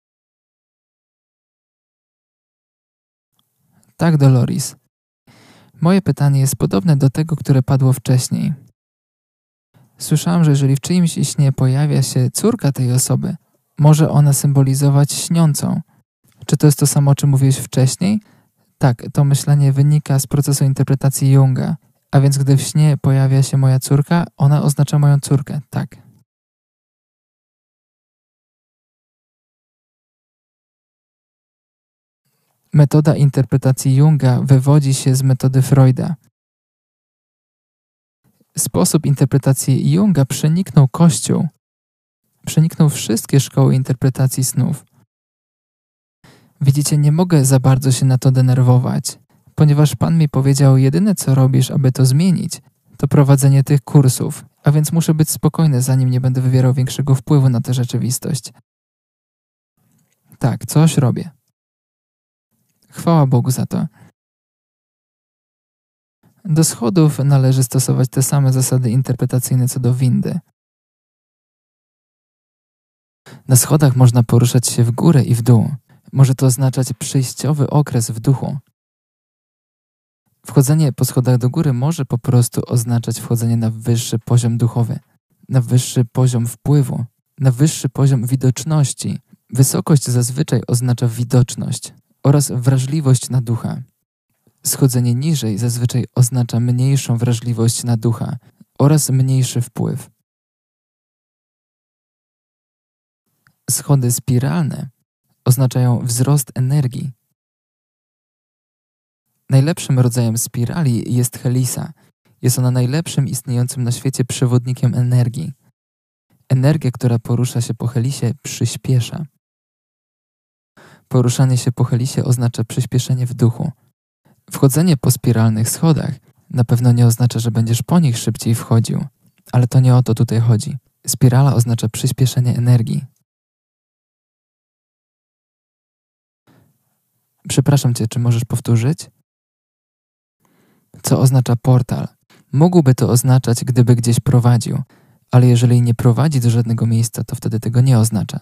Tak, Doloris. Moje pytanie jest podobne do tego, które padło wcześniej. Słyszałam, że jeżeli w czyimś śnie pojawia się córka tej osoby, może ona symbolizować śniącą. Czy to jest to samo, o czym mówiłeś wcześniej? Tak, to myślenie wynika z procesu interpretacji Junga. A więc gdy w śnie pojawia się moja córka, ona oznacza moją córkę. Tak. Metoda interpretacji Junga wywodzi się z metody Freuda. Sposób interpretacji Junga przeniknął Kościół. Przeniknął wszystkie szkoły interpretacji snów. Widzicie, nie mogę za bardzo się na to denerwować, ponieważ Pan mi powiedział, jedyne co robisz, aby to zmienić, to prowadzenie tych kursów, a więc muszę być spokojny, zanim nie będę wywierał większego wpływu na tę rzeczywistość. Tak, coś robię. Chwała Bogu za to. Do schodów należy stosować te same zasady interpretacyjne co do windy. Na schodach można poruszać się w górę i w dół. Może to oznaczać przejściowy okres w duchu. Wchodzenie po schodach do góry może po prostu oznaczać wchodzenie na wyższy poziom duchowy, na wyższy poziom wpływu, na wyższy poziom widoczności. Wysokość zazwyczaj oznacza widoczność oraz wrażliwość na ducha. Schodzenie niżej zazwyczaj oznacza mniejszą wrażliwość na ducha oraz mniejszy wpływ. Schody spiralne oznaczają wzrost energii. Najlepszym rodzajem spirali jest Helisa. Jest ona najlepszym istniejącym na świecie przewodnikiem energii. Energia, która porusza się po Helisie, przyspiesza. Poruszanie się po Helisie oznacza przyspieszenie w duchu. Wchodzenie po spiralnych schodach na pewno nie oznacza, że będziesz po nich szybciej wchodził, ale to nie o to tutaj chodzi. Spirala oznacza przyspieszenie energii. Przepraszam Cię, czy możesz powtórzyć? Co oznacza portal? Mógłby to oznaczać, gdyby gdzieś prowadził, ale jeżeli nie prowadzi do żadnego miejsca, to wtedy tego nie oznacza.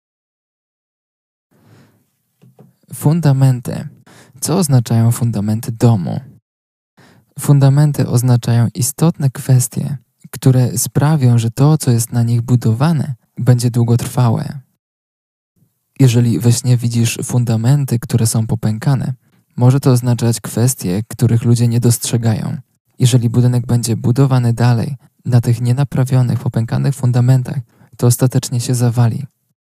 Fundamenty. Co oznaczają fundamenty domu? Fundamenty oznaczają istotne kwestie, które sprawią, że to, co jest na nich budowane, będzie długotrwałe. Jeżeli we śnie widzisz fundamenty, które są popękane, może to oznaczać kwestie, których ludzie nie dostrzegają. Jeżeli budynek będzie budowany dalej, na tych nienaprawionych, popękanych fundamentach, to ostatecznie się zawali.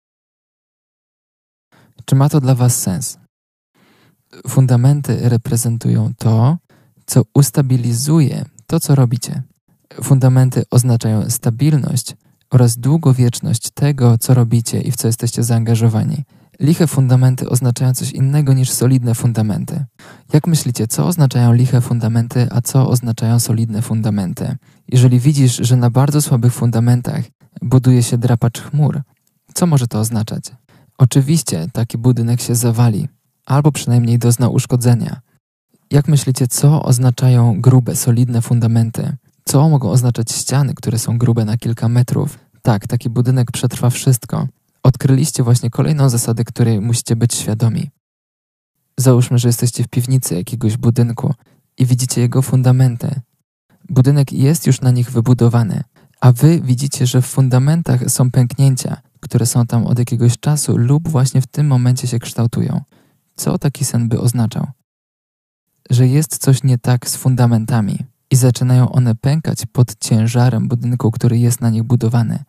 Czy ma to dla Was sens? Fundamenty reprezentują to, co ustabilizuje to, co robicie. Fundamenty oznaczają stabilność oraz długowieczność tego, co robicie i w co jesteście zaangażowani. Liche fundamenty oznaczają coś innego niż solidne fundamenty. Jak myślicie, co oznaczają liche fundamenty, a co oznaczają solidne fundamenty? Jeżeli widzisz, że na bardzo słabych fundamentach buduje się drapacz chmur, co może to oznaczać? Oczywiście taki budynek się zawali, albo przynajmniej dozna uszkodzenia. Jak myślicie, co oznaczają grube, solidne fundamenty? Co mogą oznaczać ściany, które są grube na kilka metrów? Tak, taki budynek przetrwa wszystko. Odkryliście właśnie kolejną zasadę, której musicie być świadomi. Załóżmy, że jesteście w piwnicy jakiegoś budynku i widzicie jego fundamenty. Budynek jest już na nich wybudowany, a wy widzicie, że w fundamentach są pęknięcia, które są tam od jakiegoś czasu lub właśnie w tym momencie się kształtują. Co taki sen by oznaczał? Że jest coś nie tak z fundamentami i zaczynają one pękać pod ciężarem budynku, który jest na nich budowany.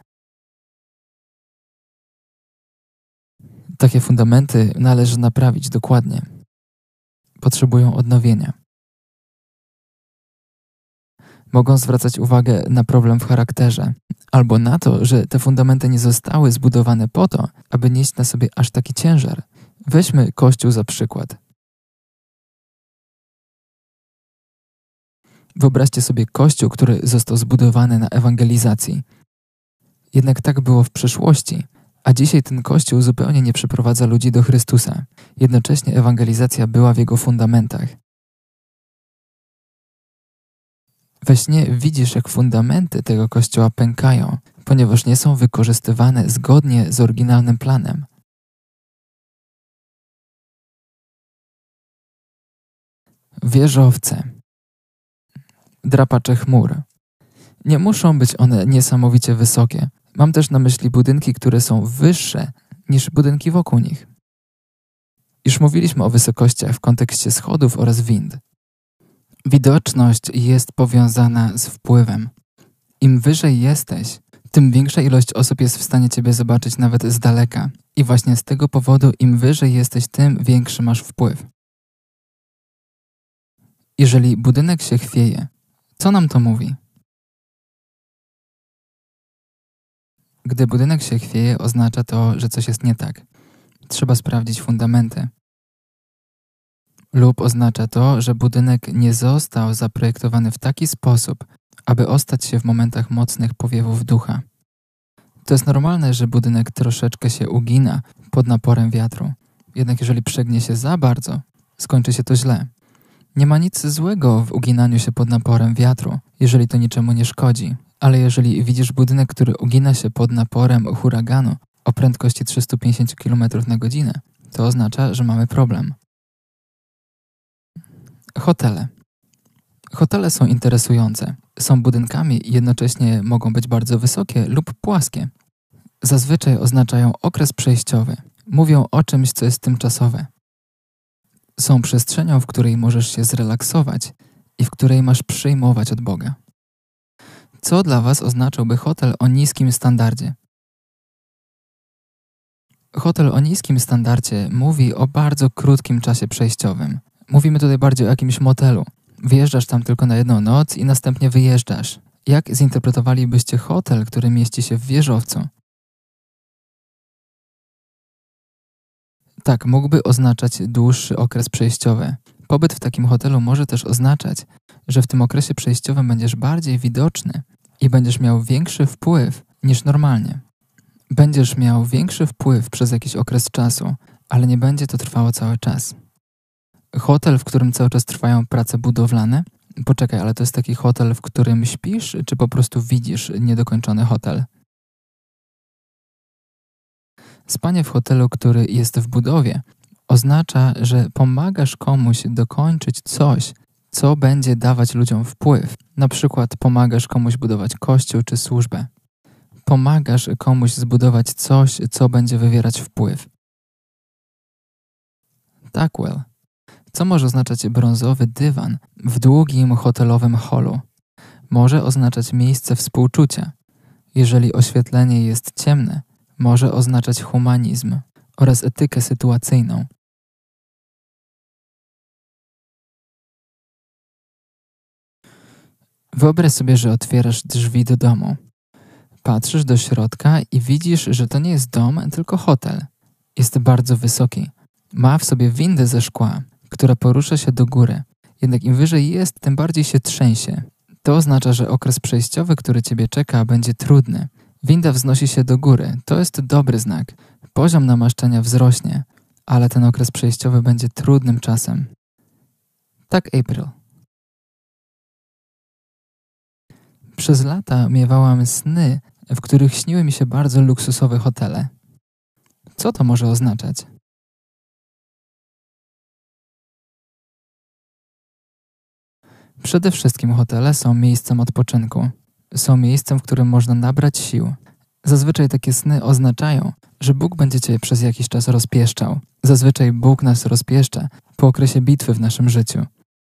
Takie fundamenty należy naprawić dokładnie. Potrzebują odnowienia. Mogą zwracać uwagę na problem w charakterze, albo na to, że te fundamenty nie zostały zbudowane po to, aby nieść na sobie aż taki ciężar. Weźmy Kościół za przykład. Wyobraźcie sobie kościół, który został zbudowany na ewangelizacji. Jednak tak było w przeszłości, a dzisiaj ten kościół zupełnie nie przyprowadza ludzi do Chrystusa. Jednocześnie ewangelizacja była w jego fundamentach. We śnie widzisz, jak fundamenty tego kościoła pękają, ponieważ nie są wykorzystywane zgodnie z oryginalnym planem. Wieżowce. Drapacze chmur. Nie muszą być one niesamowicie wysokie. Mam też na myśli budynki, które są wyższe niż budynki wokół nich. Już mówiliśmy o wysokościach w kontekście schodów oraz wind. Widoczność jest powiązana z wpływem. Im wyżej jesteś, tym większa ilość osób jest w stanie Ciebie zobaczyć nawet z daleka. I właśnie z tego powodu im wyżej jesteś, tym większy masz wpływ. Jeżeli budynek się chwieje, co nam to mówi? Gdy budynek się chwieje, oznacza to, że coś jest nie tak. Trzeba sprawdzić fundamenty. Lub oznacza to, że budynek nie został zaprojektowany w taki sposób, aby ostać się w momentach mocnych powiewów ducha. To jest normalne, że budynek troszeczkę się ugina pod naporem wiatru. Jednak jeżeli przegnie się za bardzo, skończy się to źle. Nie ma nic złego w uginaniu się pod naporem wiatru, jeżeli to niczemu nie szkodzi. Ale jeżeli widzisz budynek, który ugina się pod naporem huraganu o prędkości trzysta pięćdziesiąt kilometrów na godzinę, to oznacza, że mamy problem. Hotele. Hotele są interesujące. Są budynkami i jednocześnie mogą być bardzo wysokie lub płaskie. Zazwyczaj oznaczają okres przejściowy. Mówią o czymś, co jest tymczasowe. Są przestrzenią, w której możesz się zrelaksować i w której masz przyjmować od Boga. Co dla Was oznaczałby hotel o niskim standardzie? Hotel o niskim standardzie mówi o bardzo krótkim czasie przejściowym. Mówimy tutaj bardziej o jakimś motelu. Wyjeżdżasz tam tylko na jedną noc i następnie wyjeżdżasz. Jak zinterpretowalibyście hotel, który mieści się w wieżowcu? Tak, mógłby oznaczać dłuższy okres przejściowy. Pobyt w takim hotelu może też oznaczać, że w tym okresie przejściowym będziesz bardziej widoczny i będziesz miał większy wpływ niż normalnie. Będziesz miał większy wpływ przez jakiś okres czasu, ale nie będzie to trwało cały czas. Hotel, w którym cały czas trwają prace budowlane? Poczekaj, ale to jest taki hotel, w którym śpisz, czy po prostu widzisz niedokończony hotel? Spanie w hotelu, który jest w budowie, oznacza, że pomagasz komuś dokończyć coś, co będzie dawać ludziom wpływ. Na przykład pomagasz komuś budować kościół czy służbę. Pomagasz komuś zbudować coś, co będzie wywierać wpływ. Tak, well. Co może oznaczać brązowy dywan w długim hotelowym holu? Może oznaczać miejsce współczucia. Jeżeli oświetlenie jest ciemne, może oznaczać humanizm oraz etykę sytuacyjną. Wyobraź sobie, że otwierasz drzwi do domu. Patrzysz do środka i widzisz, że to nie jest dom, tylko hotel. Jest bardzo wysoki. Ma w sobie windę ze szkła, która porusza się do góry. Jednak im wyżej jest, tym bardziej się trzęsie. To oznacza, że okres przejściowy, który Ciebie czeka, będzie trudny. Winda wznosi się do góry. To jest dobry znak. Poziom namaszczenia wzrośnie, ale ten okres przejściowy będzie trudnym czasem. Tak, April. Przez lata miewałam sny, w których śniły mi się bardzo luksusowe hotele. Co to może oznaczać? Przede wszystkim hotele są miejscem odpoczynku. Są miejscem, w którym można nabrać sił. Zazwyczaj takie sny oznaczają, że Bóg będzie Cię przez jakiś czas rozpieszczał. Zazwyczaj Bóg nas rozpieszcza po okresie bitwy w naszym życiu.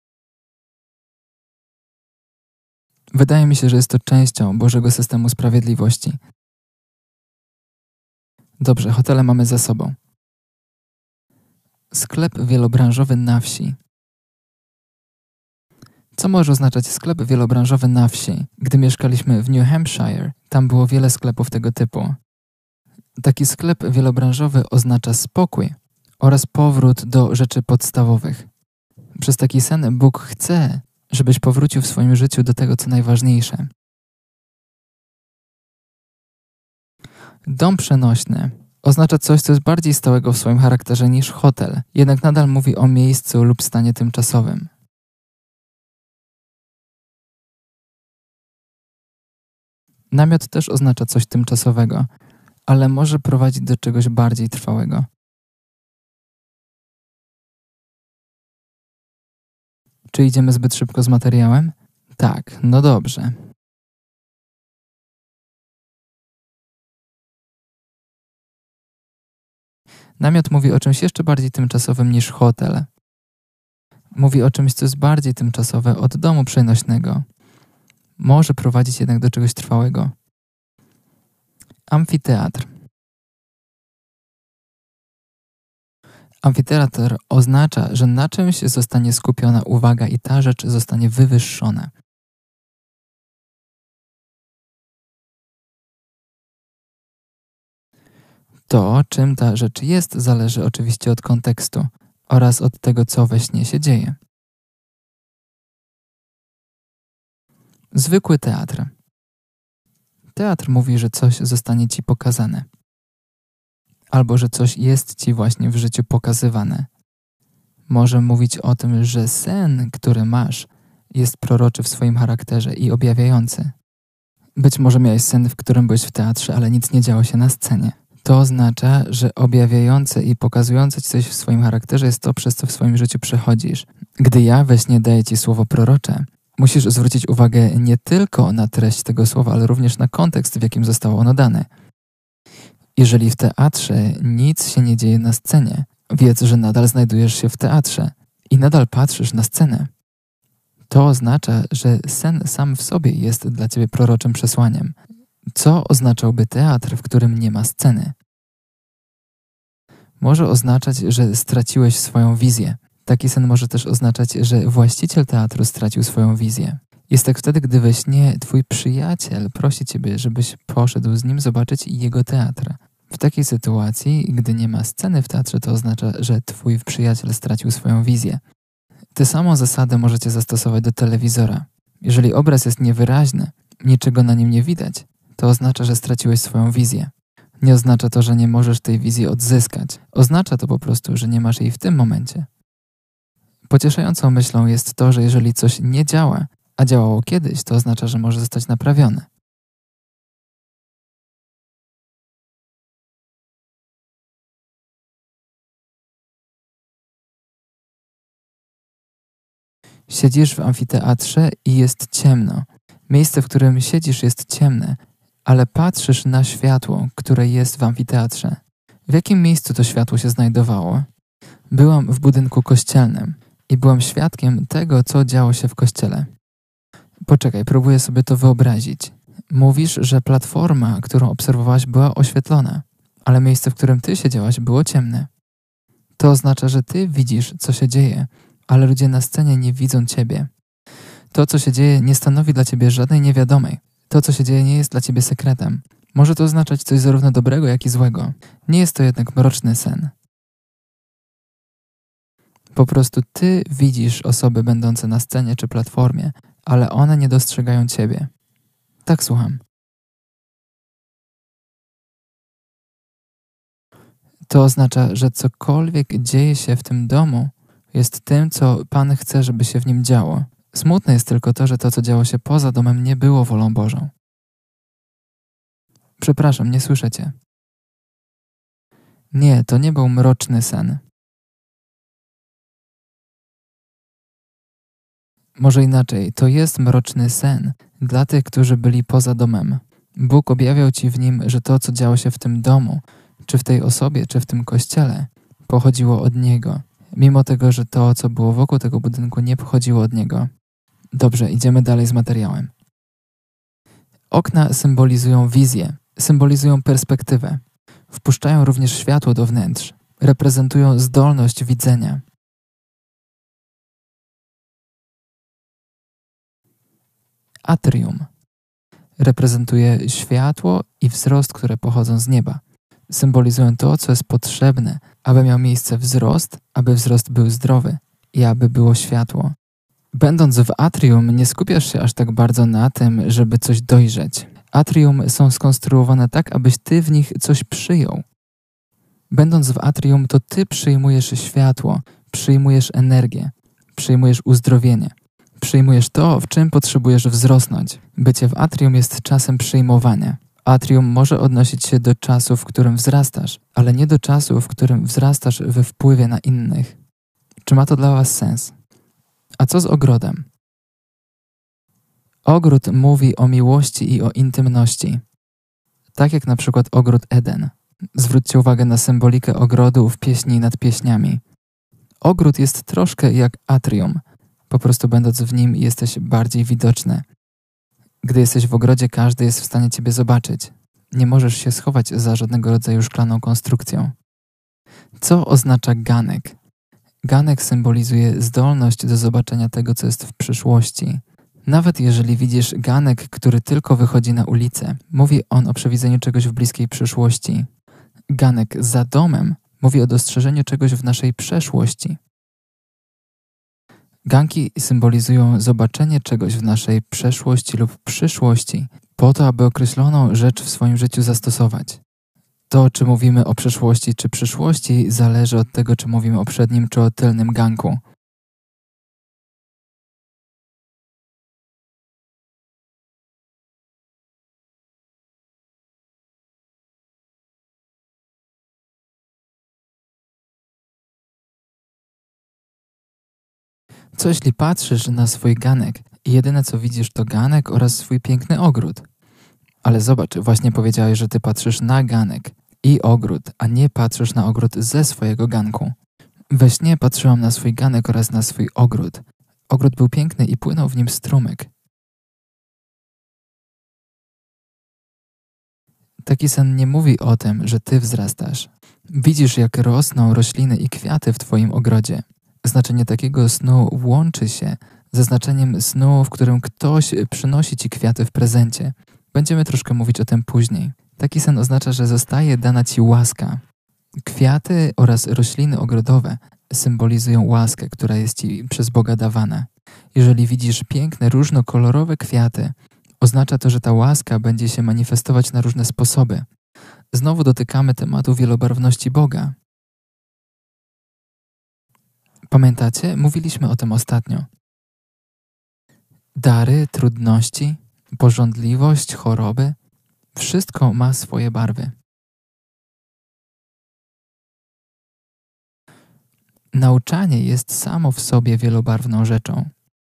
Wydaje mi się, że jest to częścią Bożego systemu sprawiedliwości. Dobrze, hotele mamy za sobą. Sklep wielobranżowy na wsi. Co może oznaczać sklep wielobranżowy na wsi? Gdy mieszkaliśmy w New Hampshire, tam było wiele sklepów tego typu. Taki sklep wielobranżowy oznacza spokój oraz powrót do rzeczy podstawowych. Przez taki sen Bóg chce, żebyś powrócił w swoim życiu do tego, co najważniejsze. Dom przenośny oznacza coś, co jest bardziej stałego w swoim charakterze niż hotel, jednak nadal mówi o miejscu lub stanie tymczasowym. Namiot też oznacza coś tymczasowego, ale może prowadzić do czegoś bardziej trwałego. Czy idziemy zbyt szybko z materiałem? Tak, no dobrze. Namiot mówi o czymś jeszcze bardziej tymczasowym niż hotel. Mówi o czymś, co jest bardziej tymczasowe od domu przenośnego. Może prowadzić jednak do czegoś trwałego. Amfiteatr. Amfiteatr oznacza, że na czymś zostanie skupiona uwaga i ta rzecz zostanie wywyższona. To, czym ta rzecz jest, zależy oczywiście od kontekstu oraz od tego, co we śnie się dzieje. Zwykły teatr. Teatr mówi, że coś zostanie ci pokazane. Albo że coś jest ci właśnie w życiu pokazywane. Może mówić o tym, że sen, który masz, jest proroczy w swoim charakterze i objawiający. Być może miałeś sen, w którym byłeś w teatrze, ale nic nie działo się na scenie. To oznacza, że objawiające i pokazujące ci coś w swoim charakterze jest to, przez co w swoim życiu przechodzisz. Gdy ja we śnie daję ci słowo prorocze, musisz zwrócić uwagę nie tylko na treść tego słowa, ale również na kontekst, w jakim zostało ono dane. Jeżeli w teatrze nic się nie dzieje na scenie, wiedz, że nadal znajdujesz się w teatrze i nadal patrzysz na scenę. To oznacza, że sen sam w sobie jest dla ciebie proroczym przesłaniem. Co oznaczałby teatr, w którym nie ma sceny? Może oznaczać, że straciłeś swoją wizję. Taki sen może też oznaczać, że właściciel teatru stracił swoją wizję. Jest tak wtedy, gdy we śnie twój przyjaciel prosi ciebie, żebyś poszedł z nim zobaczyć jego teatr. W takiej sytuacji, gdy nie ma sceny w teatrze, to oznacza, że twój przyjaciel stracił swoją wizję. Tę samą zasadę możecie zastosować do telewizora. Jeżeli obraz jest niewyraźny, niczego na nim nie widać, to oznacza, że straciłeś swoją wizję. Nie oznacza to, że nie możesz tej wizji odzyskać. Oznacza to po prostu, że nie masz jej w tym momencie. Pocieszającą myślą jest to, że jeżeli coś nie działa, a działało kiedyś, to oznacza, że może zostać naprawione. Siedzisz w amfiteatrze i jest ciemno. Miejsce, w którym siedzisz, jest ciemne, ale patrzysz na światło, które jest w amfiteatrze. W jakim miejscu to światło się znajdowało? Byłam w budynku kościelnym i byłam świadkiem tego, co działo się w kościele. Poczekaj, próbuję sobie to wyobrazić. Mówisz, że platforma, którą obserwowałaś, była oświetlona, ale miejsce, w którym ty siedziałaś, było ciemne. To oznacza, że ty widzisz, co się dzieje, ale ludzie na scenie nie widzą ciebie. To, co się dzieje, nie stanowi dla ciebie żadnej niewiadomej. To, co się dzieje, nie jest dla ciebie sekretem. Może to oznaczać coś zarówno dobrego, jak i złego. Nie jest to jednak mroczny sen. Po prostu ty widzisz osoby będące na scenie czy platformie, ale one nie dostrzegają ciebie. Tak, słucham. To oznacza, że cokolwiek dzieje się w tym domu, jest tym, co Pan chce, żeby się w nim działo. Smutne jest tylko to, że to, co działo się poza domem, nie było wolą Bożą. Przepraszam, nie słyszę cię. Nie, to nie był mroczny sen. Może inaczej, to jest mroczny sen dla tych, którzy byli poza domem. Bóg objawiał ci w nim, że to, co działo się w tym domu, czy w tej osobie, czy w tym kościele, pochodziło od Niego. Mimo tego, że to, co było wokół tego budynku, nie pochodziło od Niego. Dobrze, idziemy dalej z materiałem. Okna symbolizują wizję, symbolizują perspektywę. Wpuszczają również światło do wnętrz. Reprezentują zdolność widzenia. Atrium reprezentuje światło i wzrost, które pochodzą z nieba. Symbolizują to, co jest potrzebne, aby miał miejsce wzrost, aby wzrost był zdrowy i aby było światło. Będąc w atrium, nie skupiasz się aż tak bardzo na tym, żeby coś dojrzeć. Atrium są skonstruowane tak, abyś ty w nich coś przyjął. Będąc w atrium, to ty przyjmujesz światło, przyjmujesz energię, przyjmujesz uzdrowienie. Przyjmujesz to, w czym potrzebujesz wzrosnąć. Bycie w atrium jest czasem przyjmowania. Atrium może odnosić się do czasu, w którym wzrastasz, ale nie do czasu, w którym wzrastasz we wpływie na innych. Czy ma to dla was sens? A co z ogrodem? Ogród mówi o miłości i o intymności. Tak jak na przykład ogród Eden. Zwróćcie uwagę na symbolikę ogrodu w pieśni nad pieśniami. Ogród jest troszkę jak atrium. Po prostu będąc w nim jesteś bardziej widoczny. Gdy jesteś w ogrodzie, każdy jest w stanie ciebie zobaczyć. Nie możesz się schować za żadnego rodzaju szklaną konstrukcją. Co oznacza ganek? Ganek symbolizuje zdolność do zobaczenia tego, co jest w przyszłości. Nawet jeżeli widzisz ganek, który tylko wychodzi na ulicę, mówi on o przewidzeniu czegoś w bliskiej przyszłości. Ganek za domem mówi o dostrzeżeniu czegoś w naszej przeszłości. Ganki symbolizują zobaczenie czegoś w naszej przeszłości lub przyszłości, po to, aby określoną rzecz w swoim życiu zastosować. To, czy mówimy o przeszłości czy przyszłości, zależy od tego, czy mówimy o przednim czy o tylnym ganku. Co jeśli patrzysz na swój ganek i jedyne co widzisz to ganek oraz swój piękny ogród? Ale zobacz, właśnie powiedziałeś, że ty patrzysz na ganek i ogród, a nie patrzysz na ogród ze swojego ganku. We śnie patrzyłam na swój ganek oraz na swój ogród. Ogród był piękny i płynął w nim strumyk. Taki sen nie mówi o tym, że ty wzrastasz. Widzisz, jak rosną rośliny i kwiaty w twoim ogrodzie. Znaczenie takiego snu łączy się ze znaczeniem snu, w którym ktoś przynosi ci kwiaty w prezencie. Będziemy troszkę mówić o tym później. Taki sen oznacza, że zostaje dana ci łaska. Kwiaty oraz rośliny ogrodowe symbolizują łaskę, która jest ci przez Boga dawana. Jeżeli widzisz piękne, różnokolorowe kwiaty, oznacza to, że ta łaska będzie się manifestować na różne sposoby. Znowu dotykamy tematu wielobarwności Boga. Pamiętacie? Mówiliśmy o tym ostatnio. Dary, trudności, pożądliwość, choroby, wszystko ma swoje barwy. Nauczanie jest samo w sobie wielobarwną rzeczą.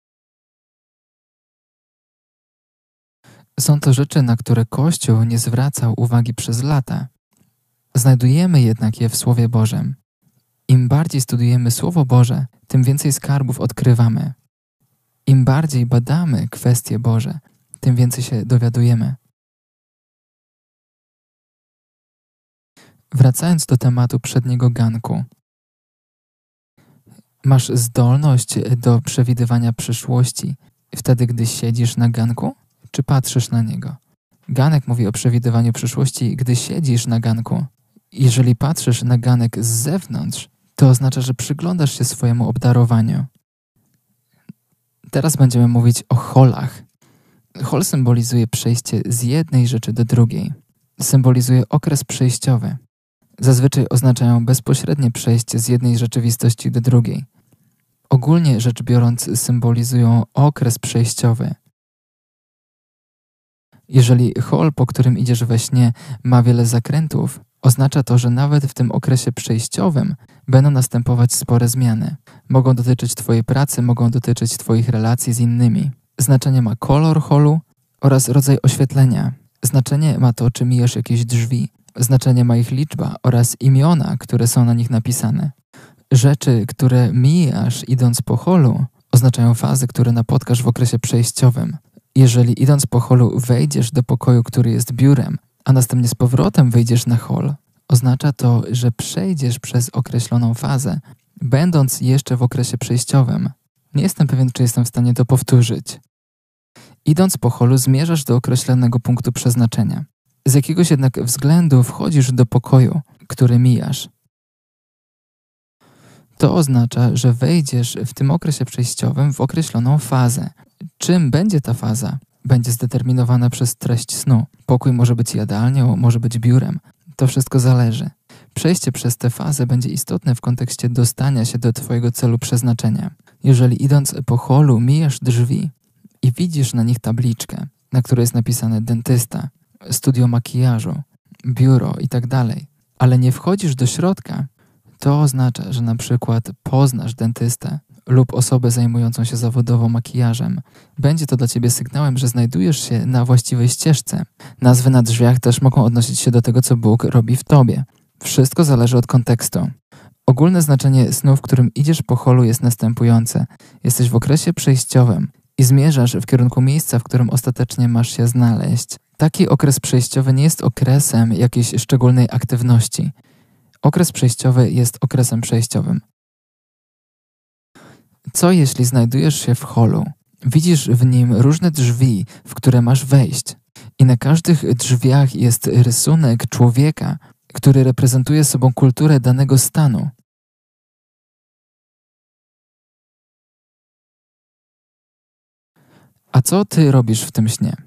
Są to rzeczy, na które Kościół nie zwracał uwagi przez lata. Znajdujemy jednak je w Słowie Bożym. Im bardziej studujemy Słowo Boże, tym więcej skarbów odkrywamy. Im bardziej badamy kwestie Boże, tym więcej się dowiadujemy. Wracając do tematu przedniego ganku. Masz zdolność do przewidywania przyszłości wtedy, gdy siedzisz na ganku, czy patrzysz na niego? Ganek mówi o przewidywaniu przyszłości, gdy siedzisz na ganku. Jeżeli patrzysz na ganek z zewnątrz, to oznacza, że przyglądasz się swojemu obdarowaniu. Teraz będziemy mówić o holach. Hol symbolizuje przejście z jednej rzeczy do drugiej. Symbolizuje okres przejściowy. Zazwyczaj oznaczają bezpośrednie przejście z jednej rzeczywistości do drugiej. Ogólnie rzecz biorąc symbolizują okres przejściowy. Jeżeli hol, po którym idziesz we śnie, ma wiele zakrętów, oznacza to, że nawet w tym okresie przejściowym będą następować spore zmiany. Mogą dotyczyć twojej pracy, mogą dotyczyć twoich relacji z innymi. Znaczenie ma kolor holu oraz rodzaj oświetlenia. Znaczenie ma to, czy mijasz jakieś drzwi. Znaczenie ma ich liczba oraz imiona, które są na nich napisane. Rzeczy, które mijasz idąc po holu, oznaczają fazy, które napotkasz w okresie przejściowym. Jeżeli idąc po holu wejdziesz do pokoju, który jest biurem, a następnie z powrotem wyjdziesz na hol, oznacza to, że przejdziesz przez określoną fazę, będąc jeszcze w okresie przejściowym. Nie jestem pewien, czy jestem w stanie to powtórzyć. Idąc po holu zmierzasz do określonego punktu przeznaczenia. Z jakiegoś jednak względu wchodzisz do pokoju, który mijasz. To oznacza, że wejdziesz w tym okresie przejściowym w określoną fazę. Czym będzie ta faza? Będzie zdeterminowana przez treść snu. Pokój może być jadalnią, może być biurem. To wszystko zależy. Przejście przez tę fazę będzie istotne w kontekście dostania się do Twojego celu przeznaczenia. Jeżeli idąc po holu mijasz drzwi i widzisz na nich tabliczkę, na której jest napisane dentysta, studio makijażu, biuro itd., ale nie wchodzisz do środka, to oznacza, że na przykład poznasz dentystę lub osobę zajmującą się zawodowo makijażem. Będzie to dla Ciebie sygnałem, że znajdujesz się na właściwej ścieżce. Nazwy na drzwiach też mogą odnosić się do tego, co Bóg robi w Tobie. Wszystko zależy od kontekstu. Ogólne znaczenie snu, w którym idziesz po holu, jest następujące. Jesteś w okresie przejściowym i zmierzasz w kierunku miejsca, w którym ostatecznie masz się znaleźć. Taki okres przejściowy nie jest okresem jakiejś szczególnej aktywności. Okres przejściowy jest okresem przejściowym. Co jeśli znajdujesz się w holu? Widzisz w nim różne drzwi, w które masz wejść. I na każdych drzwiach jest rysunek człowieka, który reprezentuje sobą kulturę danego stanu. A co ty robisz w tym śnie?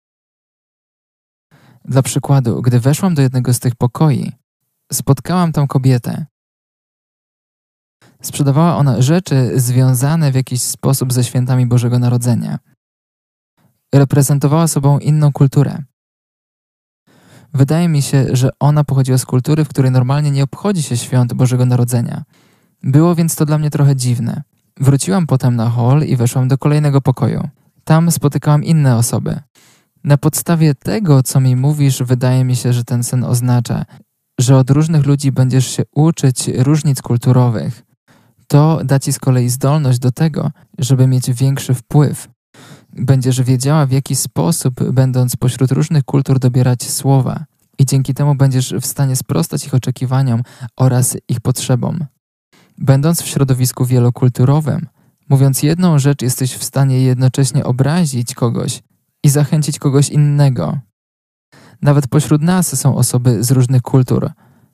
Dla przykładu, gdy weszłam do jednego z tych pokoi, spotkałam tam kobietę. Sprzedawała ona rzeczy związane w jakiś sposób ze świętami Bożego Narodzenia. Reprezentowała sobą inną kulturę. Wydaje mi się, że ona pochodziła z kultury, w której normalnie nie obchodzi się świąt Bożego Narodzenia. Było więc to dla mnie trochę dziwne. Wróciłam potem na hol i weszłam do kolejnego pokoju. Tam spotykałam inne osoby. Na podstawie tego, co mi mówisz, wydaje mi się, że ten sen oznacza, że od różnych ludzi będziesz się uczyć różnic kulturowych. To da Ci z kolei zdolność do tego, żeby mieć większy wpływ. Będziesz wiedziała, w jaki sposób, będąc pośród różnych kultur, dobierać słowa i dzięki temu będziesz w stanie sprostać ich oczekiwaniom oraz ich potrzebom. Będąc w środowisku wielokulturowym, mówiąc jedną rzecz, jesteś w stanie jednocześnie obrazić kogoś i zachęcić kogoś innego. Nawet pośród nas są osoby z różnych kultur.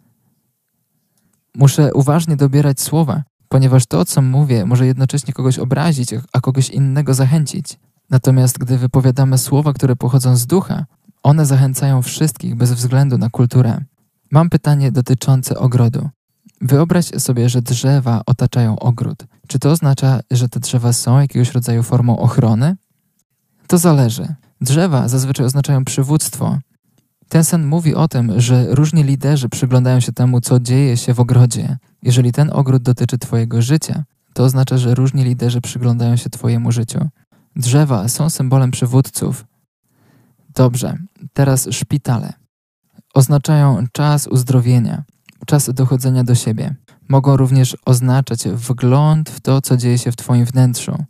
Muszę uważnie dobierać słowa, ponieważ to, co mówię, może jednocześnie kogoś obrazić, a kogoś innego zachęcić. Natomiast gdy wypowiadamy słowa, które pochodzą z ducha, one zachęcają wszystkich bez względu na kulturę. Mam pytanie dotyczące ogrodu. Wyobraź sobie, że drzewa otaczają ogród. Czy to oznacza, że te drzewa są jakiegoś rodzaju formą ochrony? To zależy. Drzewa zazwyczaj oznaczają przywództwo. Ten sen mówi o tym, że różni liderzy przyglądają się temu, co dzieje się w ogrodzie. Jeżeli ten ogród dotyczy Twojego życia, to oznacza, że różni liderzy przyglądają się Twojemu życiu. Drzewa są symbolem przywódców. Dobrze, teraz szpitale. Oznaczają czas uzdrowienia, czas dochodzenia do siebie. Mogą również oznaczać wgląd w to, co dzieje się w Twoim wnętrzu.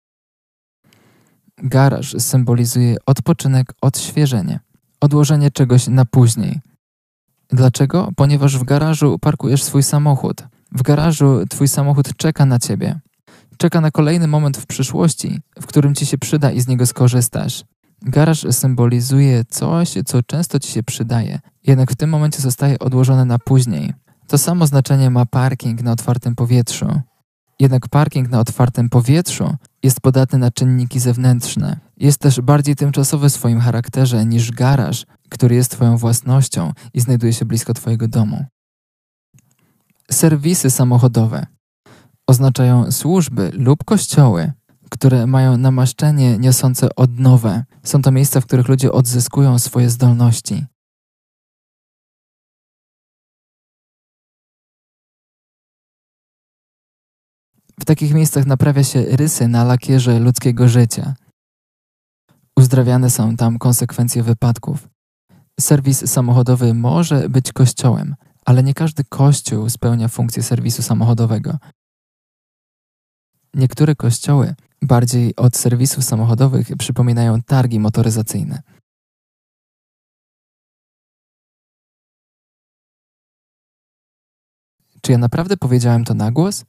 Garaż symbolizuje odpoczynek, odświeżenie, odłożenie czegoś na później. Dlaczego? Ponieważ w garażu parkujesz swój samochód. W garażu Twój samochód czeka na Ciebie. Czeka na kolejny moment w przyszłości, w którym Ci się przyda i z niego skorzystasz. Garaż symbolizuje coś, co często Ci się przydaje, jednak w tym momencie zostaje odłożone na później. To samo znaczenie ma parking na otwartym powietrzu. Jednak parking na otwartym powietrzu jest podatny na czynniki zewnętrzne. Jest też bardziej tymczasowy w swoim charakterze niż garaż, który jest Twoją własnością i znajduje się blisko Twojego domu. Serwisy samochodowe oznaczają służby lub kościoły, które mają namaszczenie niosące odnowę. Są to miejsca, w których ludzie odzyskują swoje zdolności. W takich miejscach naprawia się rysy na lakierze ludzkiego życia. Uzdrawiane są tam konsekwencje wypadków. Serwis samochodowy może być kościołem, ale nie każdy kościół spełnia funkcję serwisu samochodowego. Niektóre kościoły bardziej od serwisów samochodowych przypominają targi motoryzacyjne. Czy ja naprawdę powiedziałem to na głos?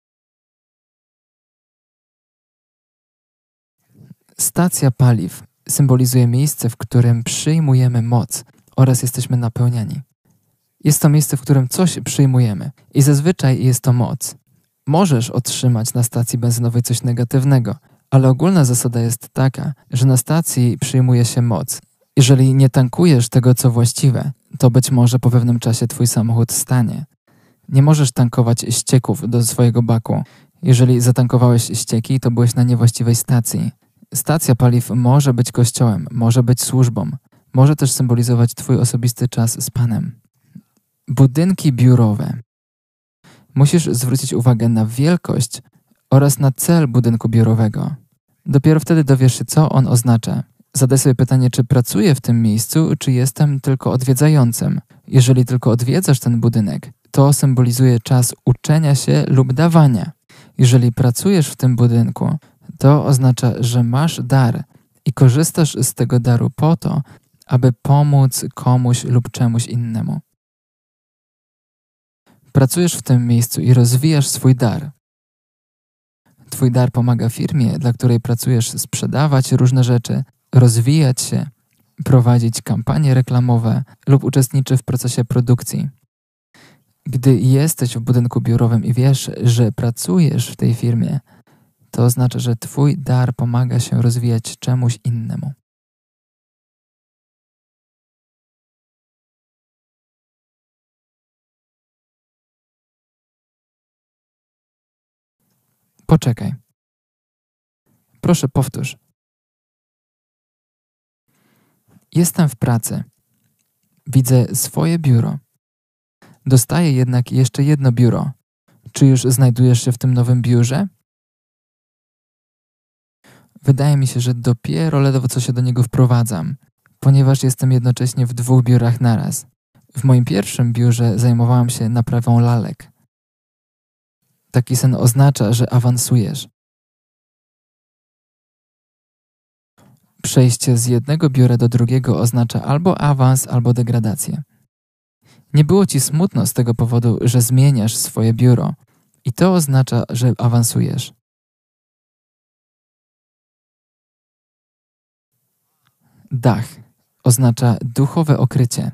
Stacja paliw symbolizuje miejsce, w którym przyjmujemy moc oraz jesteśmy napełniani. Jest to miejsce, w którym coś przyjmujemy i zazwyczaj jest to moc. Możesz otrzymać na stacji benzynowej coś negatywnego, ale ogólna zasada jest taka, że na stacji przyjmuje się moc. Jeżeli nie tankujesz tego, co właściwe, to być może po pewnym czasie twój samochód stanie. Nie możesz tankować ścieków do swojego baku. Jeżeli zatankowałeś ścieki, to byłeś na niewłaściwej stacji. Stacja paliw może być kościołem, może być służbą, może też symbolizować twój osobisty czas z Panem. Budynki biurowe. Musisz zwrócić uwagę na wielkość oraz na cel budynku biurowego. Dopiero wtedy dowiesz się, co on oznacza. Zadaj sobie pytanie, czy pracuję w tym miejscu, czy jestem tylko odwiedzającym. Jeżeli tylko odwiedzasz ten budynek, to symbolizuje czas uczenia się lub dawania. Jeżeli pracujesz w tym budynku, to oznacza, że masz dar i korzystasz z tego daru po to, aby pomóc komuś lub czemuś innemu. Pracujesz w tym miejscu i rozwijasz swój dar. Twój dar pomaga firmie, dla której pracujesz, sprzedawać różne rzeczy, rozwijać się, prowadzić kampanie reklamowe lub uczestniczy w procesie produkcji. Gdy jesteś w budynku biurowym i wiesz, że pracujesz w tej firmie, to oznacza, że twój dar pomaga się rozwijać czemuś innemu. Poczekaj. Proszę powtórz. Jestem w pracy. Widzę swoje biuro. Dostaję jednak jeszcze jedno biuro. Czy już znajdujesz się w tym nowym biurze? Wydaje mi się, że dopiero ledwo co się do niego wprowadzam, ponieważ jestem jednocześnie w dwóch biurach naraz. W moim pierwszym biurze zajmowałam się naprawą lalek. Taki sen oznacza, że awansujesz. Przejście z jednego biura do drugiego oznacza albo awans, albo degradację. Nie było ci smutno z tego powodu, że zmieniasz swoje biuro i to oznacza, że awansujesz. Dach oznacza duchowe okrycie.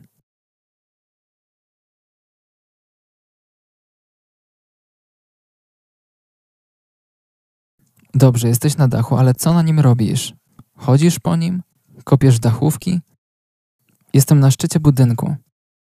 Dobrze, jesteś na dachu, ale co na nim robisz? Chodzisz po nim? Kopiesz dachówki? Jestem na szczycie budynku.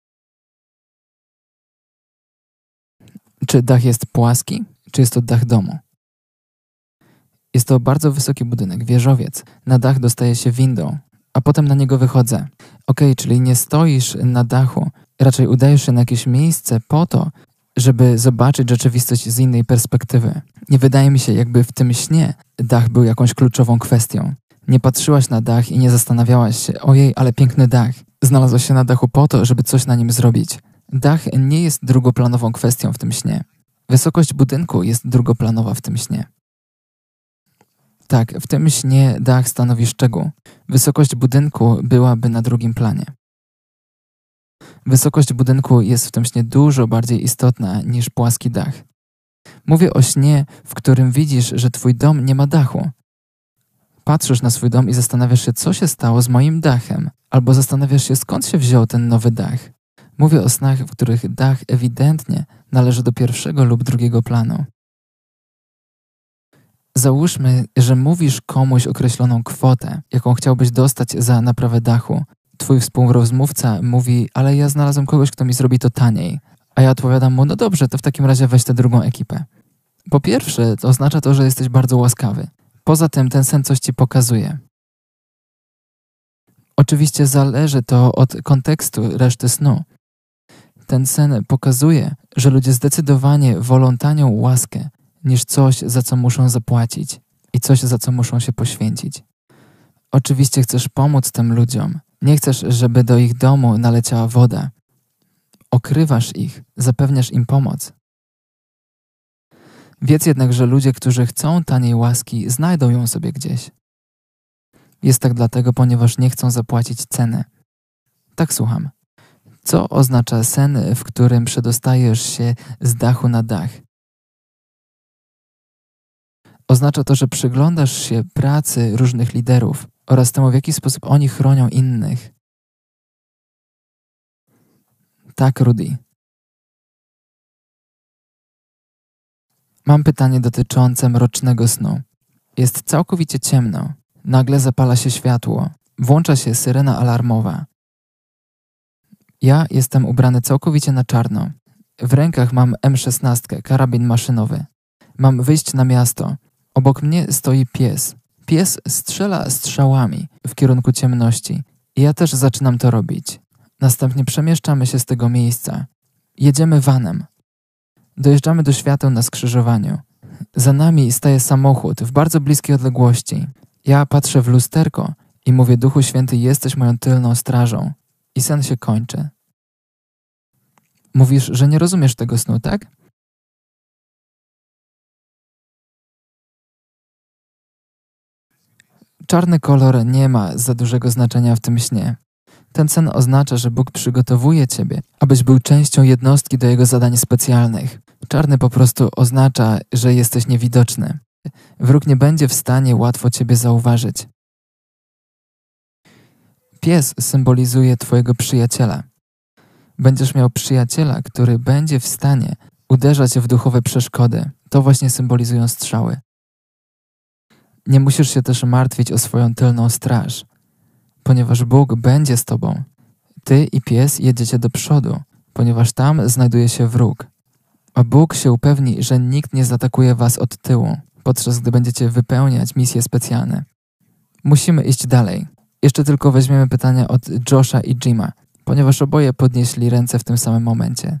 Czy dach jest płaski, czy jest to dach domu? Jest to bardzo wysoki budynek, wieżowiec. Na dach dostaje się windą, a potem na niego wychodzę. Ok, czyli nie stoisz na dachu, raczej udajesz się na jakieś miejsce po to, żeby zobaczyć rzeczywistość z innej perspektywy. Nie wydaje mi się, jakby w tym śnie dach był jakąś kluczową kwestią. Nie patrzyłaś na dach i nie zastanawiałaś się, ojej, ale piękny dach. Znalazłaś się na dachu po to, żeby coś na nim zrobić. Dach nie jest drugoplanową kwestią w tym śnie. Wysokość budynku jest drugoplanowa w tym śnie. Tak, w tym śnie dach stanowi szczegół. Wysokość budynku byłaby na drugim planie. Wysokość budynku jest w tym śnie dużo bardziej istotna niż płaski dach. Mówię o śnie, w którym widzisz, że twój dom nie ma dachu. Patrzysz na swój dom i zastanawiasz się, co się stało z moim dachem, albo zastanawiasz się, skąd się wziął ten nowy dach. Mówię o snach, w których dach ewidentnie należy do pierwszego lub drugiego planu. Załóżmy, że mówisz komuś określoną kwotę, jaką chciałbyś dostać za naprawę dachu. Twój współrozmówca mówi, ale ja znalazłem kogoś, kto mi zrobi to taniej. A ja odpowiadam mu, no dobrze, to w takim razie weź tę drugą ekipę. Po pierwsze, to oznacza to, że jesteś bardzo łaskawy. Poza tym ten sen coś ci pokazuje. Oczywiście zależy to od kontekstu reszty snu. Ten sen pokazuje, że ludzie zdecydowanie wolą tanią łaskę niż coś, za co muszą zapłacić i coś, za co muszą się poświęcić. Oczywiście chcesz pomóc tym ludziom. Nie chcesz, żeby do ich domu naleciała woda. Okrywasz ich, zapewniasz im pomoc. Wiedz jednak, że ludzie, którzy chcą taniej łaski, znajdą ją sobie gdzieś. Jest tak dlatego, ponieważ nie chcą zapłacić ceny. Tak słucham. Co oznacza sen, w którym przedostajesz się z dachu na dach? Oznacza to, że przyglądasz się pracy różnych liderów oraz temu, w jaki sposób oni chronią innych. Tak, Rudy. Mam pytanie dotyczące mrocznego snu. Jest całkowicie ciemno. Nagle zapala się światło. Włącza się syrena alarmowa. Ja jestem ubrany całkowicie na czarno. W rękach mam M szesnaście, karabin maszynowy. Mam wyjść na miasto. Obok mnie stoi pies. Pies strzela strzałami w kierunku ciemności. I ja też zaczynam to robić. Następnie przemieszczamy się z tego miejsca. Jedziemy vanem. Dojeżdżamy do świateł na skrzyżowaniu. Za nami staje samochód w bardzo bliskiej odległości. Ja patrzę w lusterko i mówię: Duchu Święty, jesteś moją tylną strażą. I sen się kończy. Mówisz, że nie rozumiesz tego snu, tak? Czarny kolor nie ma za dużego znaczenia w tym śnie. Ten sen oznacza, że Bóg przygotowuje ciebie, abyś był częścią jednostki do Jego zadań specjalnych. Czarny po prostu oznacza, że jesteś niewidoczny. Wróg nie będzie w stanie łatwo ciebie zauważyć. Pies symbolizuje twojego przyjaciela. Będziesz miał przyjaciela, który będzie w stanie uderzać w duchowe przeszkody. To właśnie symbolizują strzały. Nie musisz się też martwić o swoją tylną straż, ponieważ Bóg będzie z tobą. Ty i pies jedziecie do przodu, ponieważ tam znajduje się wróg. A Bóg się upewni, że nikt nie zaatakuje was od tyłu, podczas gdy będziecie wypełniać misje specjalne. Musimy iść dalej. Jeszcze tylko weźmiemy pytania od Josha i Jima, ponieważ oboje podnieśli ręce w tym samym momencie.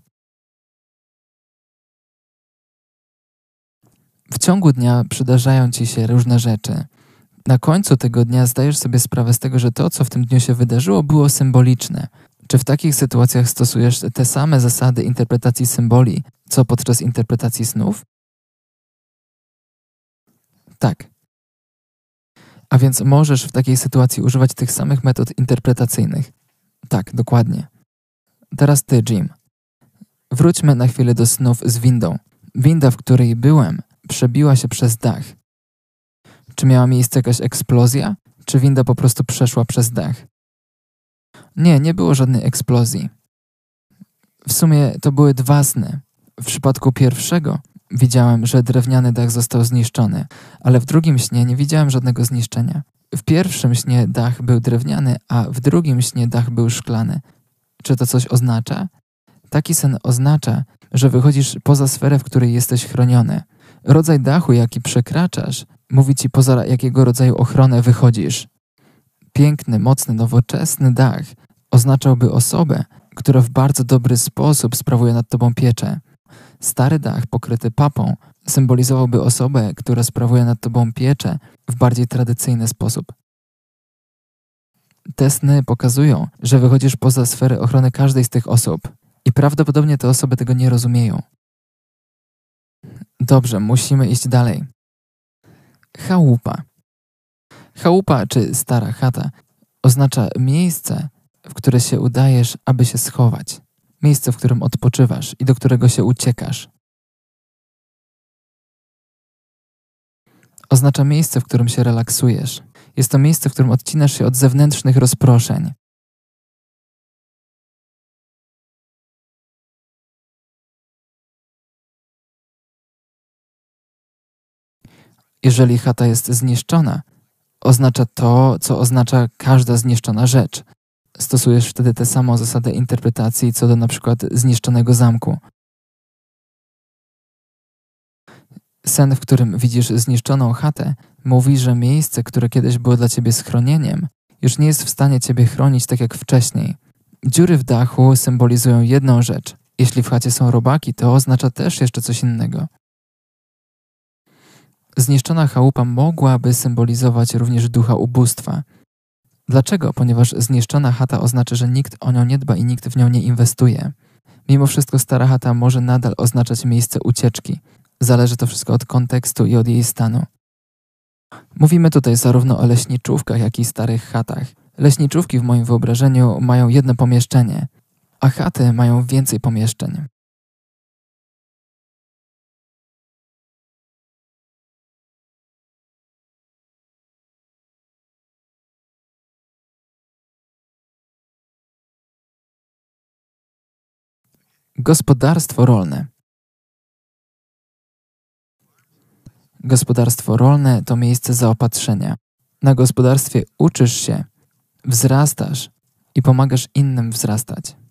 W ciągu dnia przydarzają ci się różne rzeczy. Na końcu tego dnia zdajesz sobie sprawę z tego, że to, co w tym dniu się wydarzyło, było symboliczne. Czy w takich sytuacjach stosujesz te same zasady interpretacji symboli, co podczas interpretacji snów? Tak. A więc możesz w takiej sytuacji używać tych samych metod interpretacyjnych. Tak, dokładnie. Teraz ty, Jim. Wróćmy na chwilę do snów z windą. Winda, w której byłem, przebiła się przez dach. Czy miała miejsce jakaś eksplozja, czy winda po prostu przeszła przez dach? Nie, nie było żadnej eksplozji. W sumie to były dwa sny. W przypadku pierwszego widziałem, że drewniany dach został zniszczony, ale w drugim śnie nie widziałem żadnego zniszczenia. W pierwszym śnie dach był drewniany, a w drugim śnie dach był szklany. Czy to coś oznacza? Taki sen oznacza, że wychodzisz poza sferę, w której jesteś chroniony. Rodzaj dachu, jaki przekraczasz, mówi ci, poza jakiego rodzaju ochronę wychodzisz. Piękny, mocny, nowoczesny dach oznaczałby osobę, która w bardzo dobry sposób sprawuje nad tobą pieczę. Stary dach pokryty papą symbolizowałby osobę, która sprawuje nad tobą pieczę w bardziej tradycyjny sposób. Te sny pokazują, że wychodzisz poza sferę ochrony każdej z tych osób i prawdopodobnie te osoby tego nie rozumieją. Dobrze, musimy iść dalej. Chałupa. Chałupa, czy stara chata, oznacza miejsce, w które się udajesz, aby się schować. Miejsce, w którym odpoczywasz i do którego się uciekasz. Oznacza miejsce, w którym się relaksujesz. Jest to miejsce, w którym odcinasz się od zewnętrznych rozproszeń. Jeżeli chata jest zniszczona, oznacza to, co oznacza każda zniszczona rzecz. Stosujesz wtedy tę samą zasadę interpretacji co do na przykład zniszczonego zamku. Sen, w którym widzisz zniszczoną chatę, mówi, że miejsce, które kiedyś było dla ciebie schronieniem, już nie jest w stanie ciebie chronić tak jak wcześniej. Dziury w dachu symbolizują jedną rzecz. Jeśli w chacie są robaki, to oznacza też jeszcze coś innego. Zniszczona chałupa mogłaby symbolizować również ducha ubóstwa. Dlaczego? Ponieważ zniszczona chata oznacza, że nikt o nią nie dba i nikt w nią nie inwestuje. Mimo wszystko stara chata może nadal oznaczać miejsce ucieczki. Zależy to wszystko od kontekstu i od jej stanu. Mówimy tutaj zarówno o leśniczówkach, jak i starych chatach. Leśniczówki w moim wyobrażeniu mają jedno pomieszczenie, a chaty mają więcej pomieszczeń. Gospodarstwo rolne. Gospodarstwo rolne to miejsce zaopatrzenia. Na gospodarstwie uczysz się, wzrastasz i pomagasz innym wzrastać.